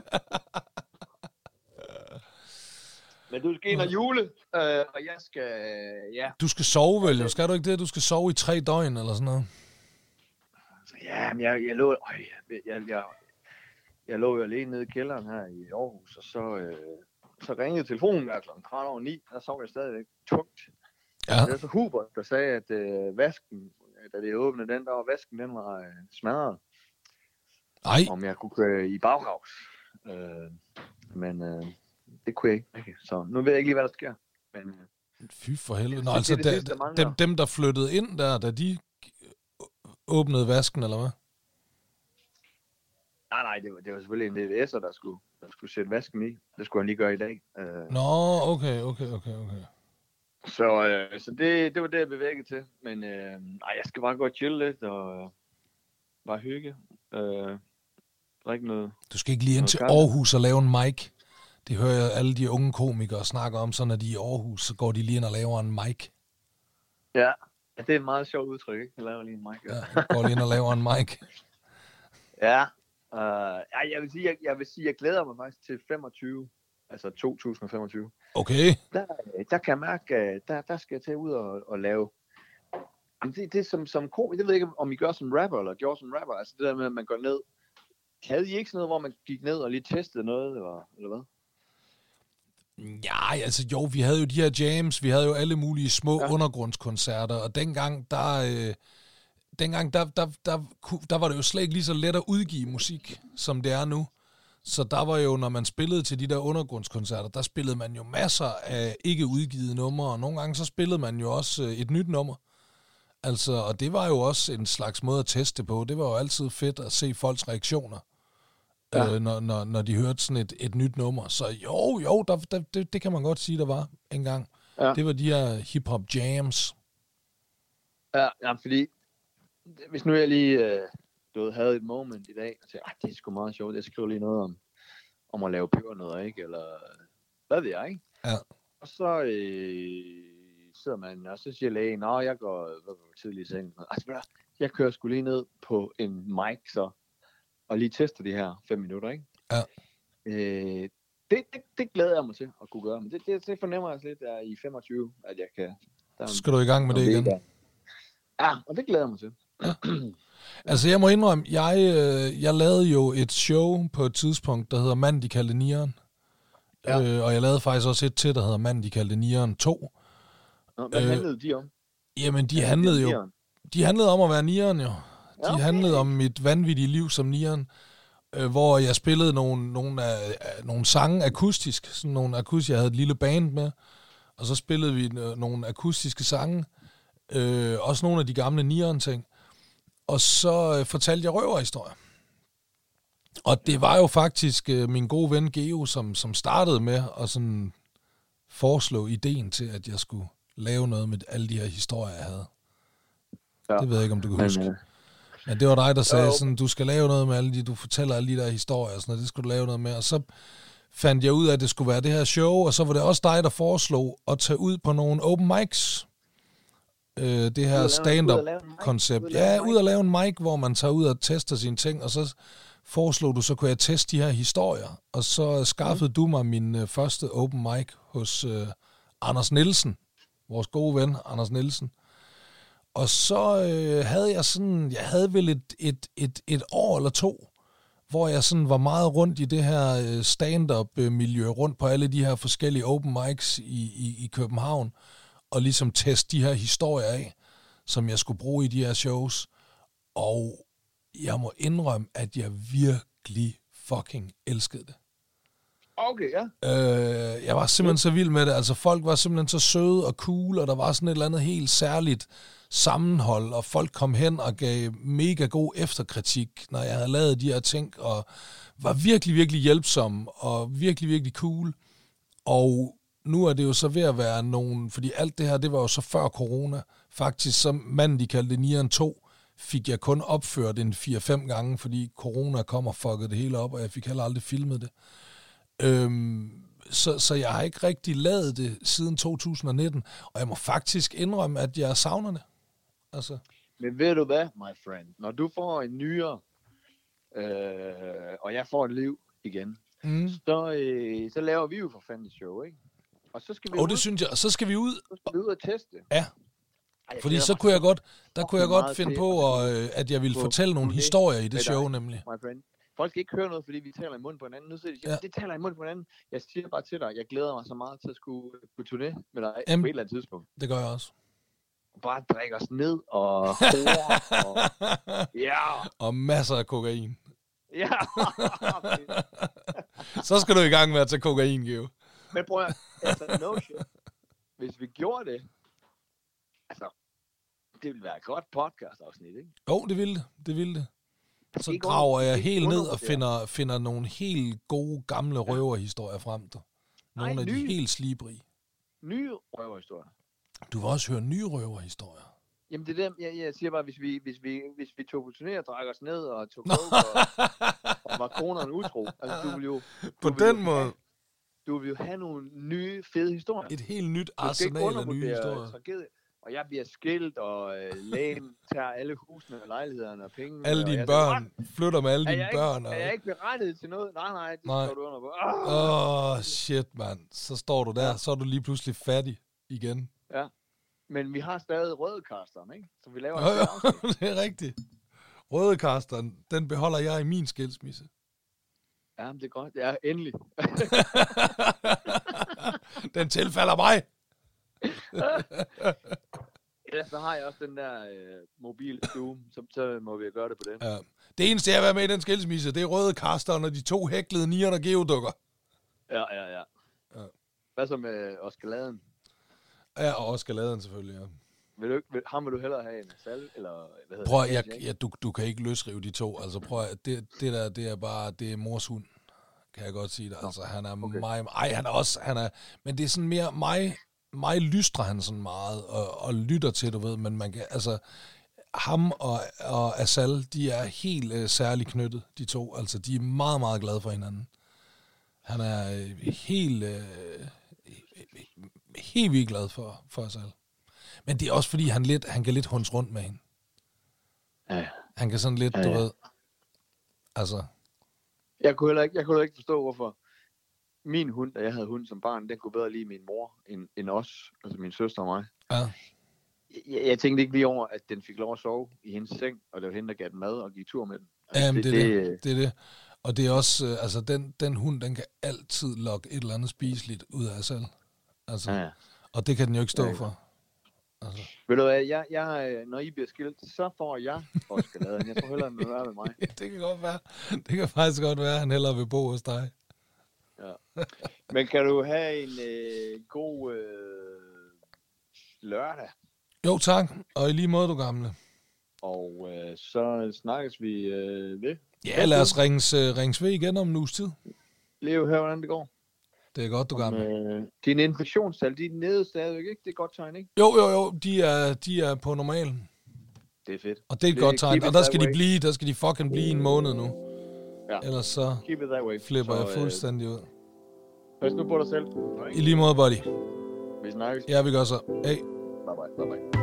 Men du skal ind og jule, øh, og jeg skal, ja. Du skal sove vel, jo? Skal du ikke det? Du skal sove i tre døgn, eller sådan noget? Ja, men jeg, jeg lå, øj, jeg, jeg, jeg, jeg lå jo alene nede i kælderen her i Aarhus, og så, øh, så ringede telefonen der klokken kvart over ni, der sov jeg stadigvæk tungt. Ja. Det var så Hubert, der sagde, at øh, vasken, da det åbnede den, der var vasken, den var øh, smadret. Ej. Om jeg kunne køre i baghavs. Øh, men øh, det kunne jeg ikke. Så nu ved jeg ikke lige, hvad der sker. Men, øh, Fy for helvede. Nå, altså, det, sidste, der dem, dem, der flyttede ind der, da de åbnede vasken, eller hvad? Nej, nej, det var, det var selvfølgelig en V V S'er, der skulle, der skulle sætte vasken i. Det skulle han lige gøre i dag. Øh, Nå, okay, okay, okay, okay. Så, øh, så det, det var det, jeg bevægede til. Men øh, ej, jeg skal bare gå og chille lidt og øh, bare hygge. Øh, drikke noget. Du skal ikke lige ind til Aarhus og lave en mic. Det hører jeg alle de unge komikere snakke om, så når de er i Aarhus, så går de lige ind og laver en mic. Ja, ja det er et meget sjovt udtryk, ikke? Jeg laver lige en mic. Ja, ja går lige ind og laver en mic. Ja, øh, jeg, vil sige, jeg, jeg vil sige, jeg glæder mig faktisk til femogtyve. Altså to tusind femogtyve. Okay. Der, der kan jeg mærke, der, der skal jeg tage ud og, og lave. Det, det som, som komiker, det ved jeg ikke, om I gør som rapper, eller gjorde som rapper. Altså det der med, at man går ned. Havde I ikke sådan noget, hvor man gik ned og lige testede noget, eller, eller hvad? Ja, altså jo, vi havde jo de her jams, vi havde jo alle mulige små ja. undergrundskoncerter, og dengang, der, øh, dengang der, der, der, der, der var det jo slet ikke lige så let at udgive musik, som det er nu. Så der var jo, når man spillede til de der undergrundskoncerter, der spillede man jo masser af ikke udgivet numre, og nogle gange så spillede man jo også et nyt nummer. Altså, og det var jo også en slags måde at teste på. Det var jo altid fedt at se folks reaktioner, ja. øh, når, når, når de hørte sådan et, et nyt nummer. Så jo, jo, der, der, det, det kan man godt sige, der var engang. Ja. Det var de her hip-hop jams. Ja, ja, fordi hvis nu jeg lige... Øh... du havde et moment i dag, og sagde, det er sgu meget sjovt, jeg skriver lige noget om, om at lave pebernødder, ikke? Eller hvad ved jeg, ikke? Ja. Og så øh, sidder man, og så siger lægen, nå, jeg går tidligt i sengen. Altså, jeg kører sgu lige ned på en mic, så, og lige tester de her fem minutter, ikke? Ja. Øh, det, det, det glæder jeg mig til at kunne gøre, men det, det, det fornemmer jeg lidt, at i femogtyve, at jeg kan... Der, så skal du i gang med det igen. Der. Ja, og det glæder jeg mig til. Ja. Altså, jeg må indrømme, jeg, øh, jeg lavede jo et show på et tidspunkt, der hedder Manden, de kaldte Nieren. Ja. Øh, og jeg lavede faktisk også et til, der hedder Manden, de kaldte Nieren to. Nå, hvad øh, handlede de om? Jamen, de handlede jo... De handlede om at være Nieren, jo. De ja, okay. handlede om mit vanvittige liv som Nieren, øh, hvor jeg spillede nogle, nogle, af, nogle sange akustisk. Sådan nogle akustisk, jeg havde et lille band med. Og så spillede vi nogle akustiske sange. Øh, også nogle af de gamle Nieren-ting. Og så øh, fortalte jeg røverhistorier. Og det var jo faktisk øh, min gode ven Geo, som, som startede med at sådan foreslå ideen til, at jeg skulle lave noget med alle de her historier, jeg havde. Ja. Det ved jeg ikke, om du kan huske. Men, øh... Men det var dig, der sagde, sådan, du skal lave noget med alle de, du fortæller alle de der historier, sådan, og det skulle du lave noget med. Og så fandt jeg ud af, at det skulle være det her show, og så var det også dig, der foreslog at tage ud på nogle open mics. Øh, det her stand-up-koncept. Ja, ud og lave en mic, hvor man tager ud og tester sine ting, og så foreslog du, så kunne jeg teste de her historier. Og så skaffede mm. du mig min uh, første open mic hos uh, Anders Nielsen, vores gode ven, Anders Nielsen. Og så øh, havde jeg sådan, jeg havde vel et, et, et, et år eller to, hvor jeg sådan var meget rundt i det her stand-up-miljø, rundt på alle de her forskellige open mics i, i, i København, og ligesom teste de her historier af. som jeg skulle bruge i de her shows. Og jeg må indrømme, at jeg virkelig fucking elskede det. Okay, ja. Øh, jeg var simpelthen så vild med det. Altså, folk var simpelthen så søde og cool, og der var sådan et eller andet helt særligt sammenhold, og folk kom hen og gav mega god efterkritik, når jeg havde lavet de her ting, og var virkelig, virkelig hjælpsomme, og virkelig, virkelig cool. Og nu er det jo så ved at være nogen, fordi alt det her, det var jo så før corona. Faktisk, som manden, de kaldte det Nieren to, fik jeg kun opført en fire fem gange, fordi corona kom og fuckede det hele op, og jeg fik heller aldrig filmet det. Øhm, så, så jeg har ikke rigtig lavet det siden to tusind nitten, og jeg må faktisk indrømme, at jeg savner det. Altså. Men ved du hvad, my friend? Når du får en nyere, øh, og jeg får et liv igen, mm. så, øh, så laver vi jo for fanden et show, ikke? Og så skal vi oh, ud. det synes jeg. Og så skal vi ud. Så skal vi ud og teste. Ja. Ej, fordi så kunne jeg godt, der kunne jeg godt finde på, og, at jeg ville fortælle nogle historier i det show, nemlig. My friend. Folk skal ikke høre noget, fordi vi taler i munden på hinanden. Nu siger de, ja. det taler i munden på hinanden. Jeg siger bare til dig, jeg glæder mig så meget til at skulle på turné med dig Jamen, på et eller andet tidspunkt. Det gør jeg også. Bare drikke os ned og hår og... Ja. Og masser af kokain. Ja. Så skal du i gang med at tage kokain, Geo. Men prøv at, altså no shit. Hvis vi gjorde det, altså, det ville være et godt podcast-afsnit, ikke? Jo, oh, det ville det. Det ville det. Så graver jeg helt ned og finder, finder nogle helt gode, gamle røverhistorier frem der. Nogle Ej, af nye, de helt slibrige. Nye røverhistorier. Du vil også høre nye røverhistorier. Jamen det er dem, jeg, jeg siger bare, hvis vi, hvis vi, hvis vi tog på turné og drak os ned og tog coke og, og var kronerne utro. Altså du vil jo... Du på vil den jo måde. Have, du vil jo have nogle nye, fede historier. Et helt nyt arsenal af nye historier. Tragedie. Og jeg bliver skilt, og øh, lægen tager alle husene og lejlighederne og penge. Alle dine børn. Flytter med alle dine børn. Og... Er jeg ikke berettiget til noget? Nej, nej, det nej. står du under på. Åh, oh, shit, mand. Så står du der, ja. Så er du lige pludselig fattig igen. Ja, men vi har stadig rødekasteren, ikke? Så vi laver jo, jo, det er rigtigt. Rødekasteren, den beholder jeg i min skilsmisse. Ja, det er godt. Ja, endelig. Den tilfalder mig. Ellers så har jeg også den der øh, mobil Zoom, så, så må vi gøre det på den. Ja. Det eneste, jeg har været med i den skilsmisse, det er rødekasteren og de to hæklede nier, der geodukker. Ja, ja, ja, ja. Hvad så med Oscar Laden? Ja, og Oscar Laden selvfølgelig, ja. Vil du, vil, ham vil du hellere have en salg, eller hvad hedder prøv, det? Jeg, ja, du, du kan ikke løsrive de to. Altså prøv, det, det der, det er bare, det er mors hund, kan jeg godt sige det. Altså han er okay. mig, ej han er også, han er, men det er sådan mere mig, mig lystrer han sådan meget, og, og lytter til, du ved, men man kan, altså, ham og, og Asal, de er helt øh, særligt knyttet, de to, altså de er meget, meget glade for hinanden. Han er øh, helt, øh, helt vildt glad for, for Asal. Men det er også fordi, han, lidt, han kan lidt hunds rundt med hende. Ja. Han kan sådan lidt, ja, ja. Du ved, altså. Jeg kunne heller ikke, jeg kunne heller ikke forstå, hvorfor min hund, da jeg havde hund som barn, den kunne bedre lide min mor end, end os, altså min søster og mig. Ja. Jeg, jeg tænkte ikke lige over, at den fik lov at sove i hendes seng, og det var hende, der gav den mad og gik tur med den. Altså, Jamen, det, det, det, det, det er det. Og det er også, øh, altså den, den hund, den kan altid lokke et eller andet spiseligt ud af sig selv. Altså, ja. Og det kan den jo ikke stå ja. for. Altså. Ved du hvad, jeg, jeg, når I bliver skilt, så får jeg Oscar Laden. Jeg tror hellere, han vil være med mig. Ja, det kan godt være. Det kan faktisk godt være, at han hellere vil bo hos dig. Ja. Men kan du have en øh, god øh, lørdag? Jo, tak. Og i lige måde, du gamle. Og øh, så snakkes vi øh, ved. Ja, lad os ringes, øh, ringes ved igen om en uges tid. Leo, hør, hvordan det går. Det er godt, du gamle. Øh, dine infektionstal, de er nede stadigvæk, ikke? Det er et godt tegn, ikke? Jo, jo, jo. De er, de er på normalen. Det er fedt. Og det er et det godt tegn. Og der skal de blive, der skal de fucking blive en måned nu. Ja. Ellers så flipper så, jeg fuldstændig ud. Pas nu på dig selv. I lige måde, buddy. Vi snakkes. Ja, vi gør så. Hey. Bye bye. Bye bye.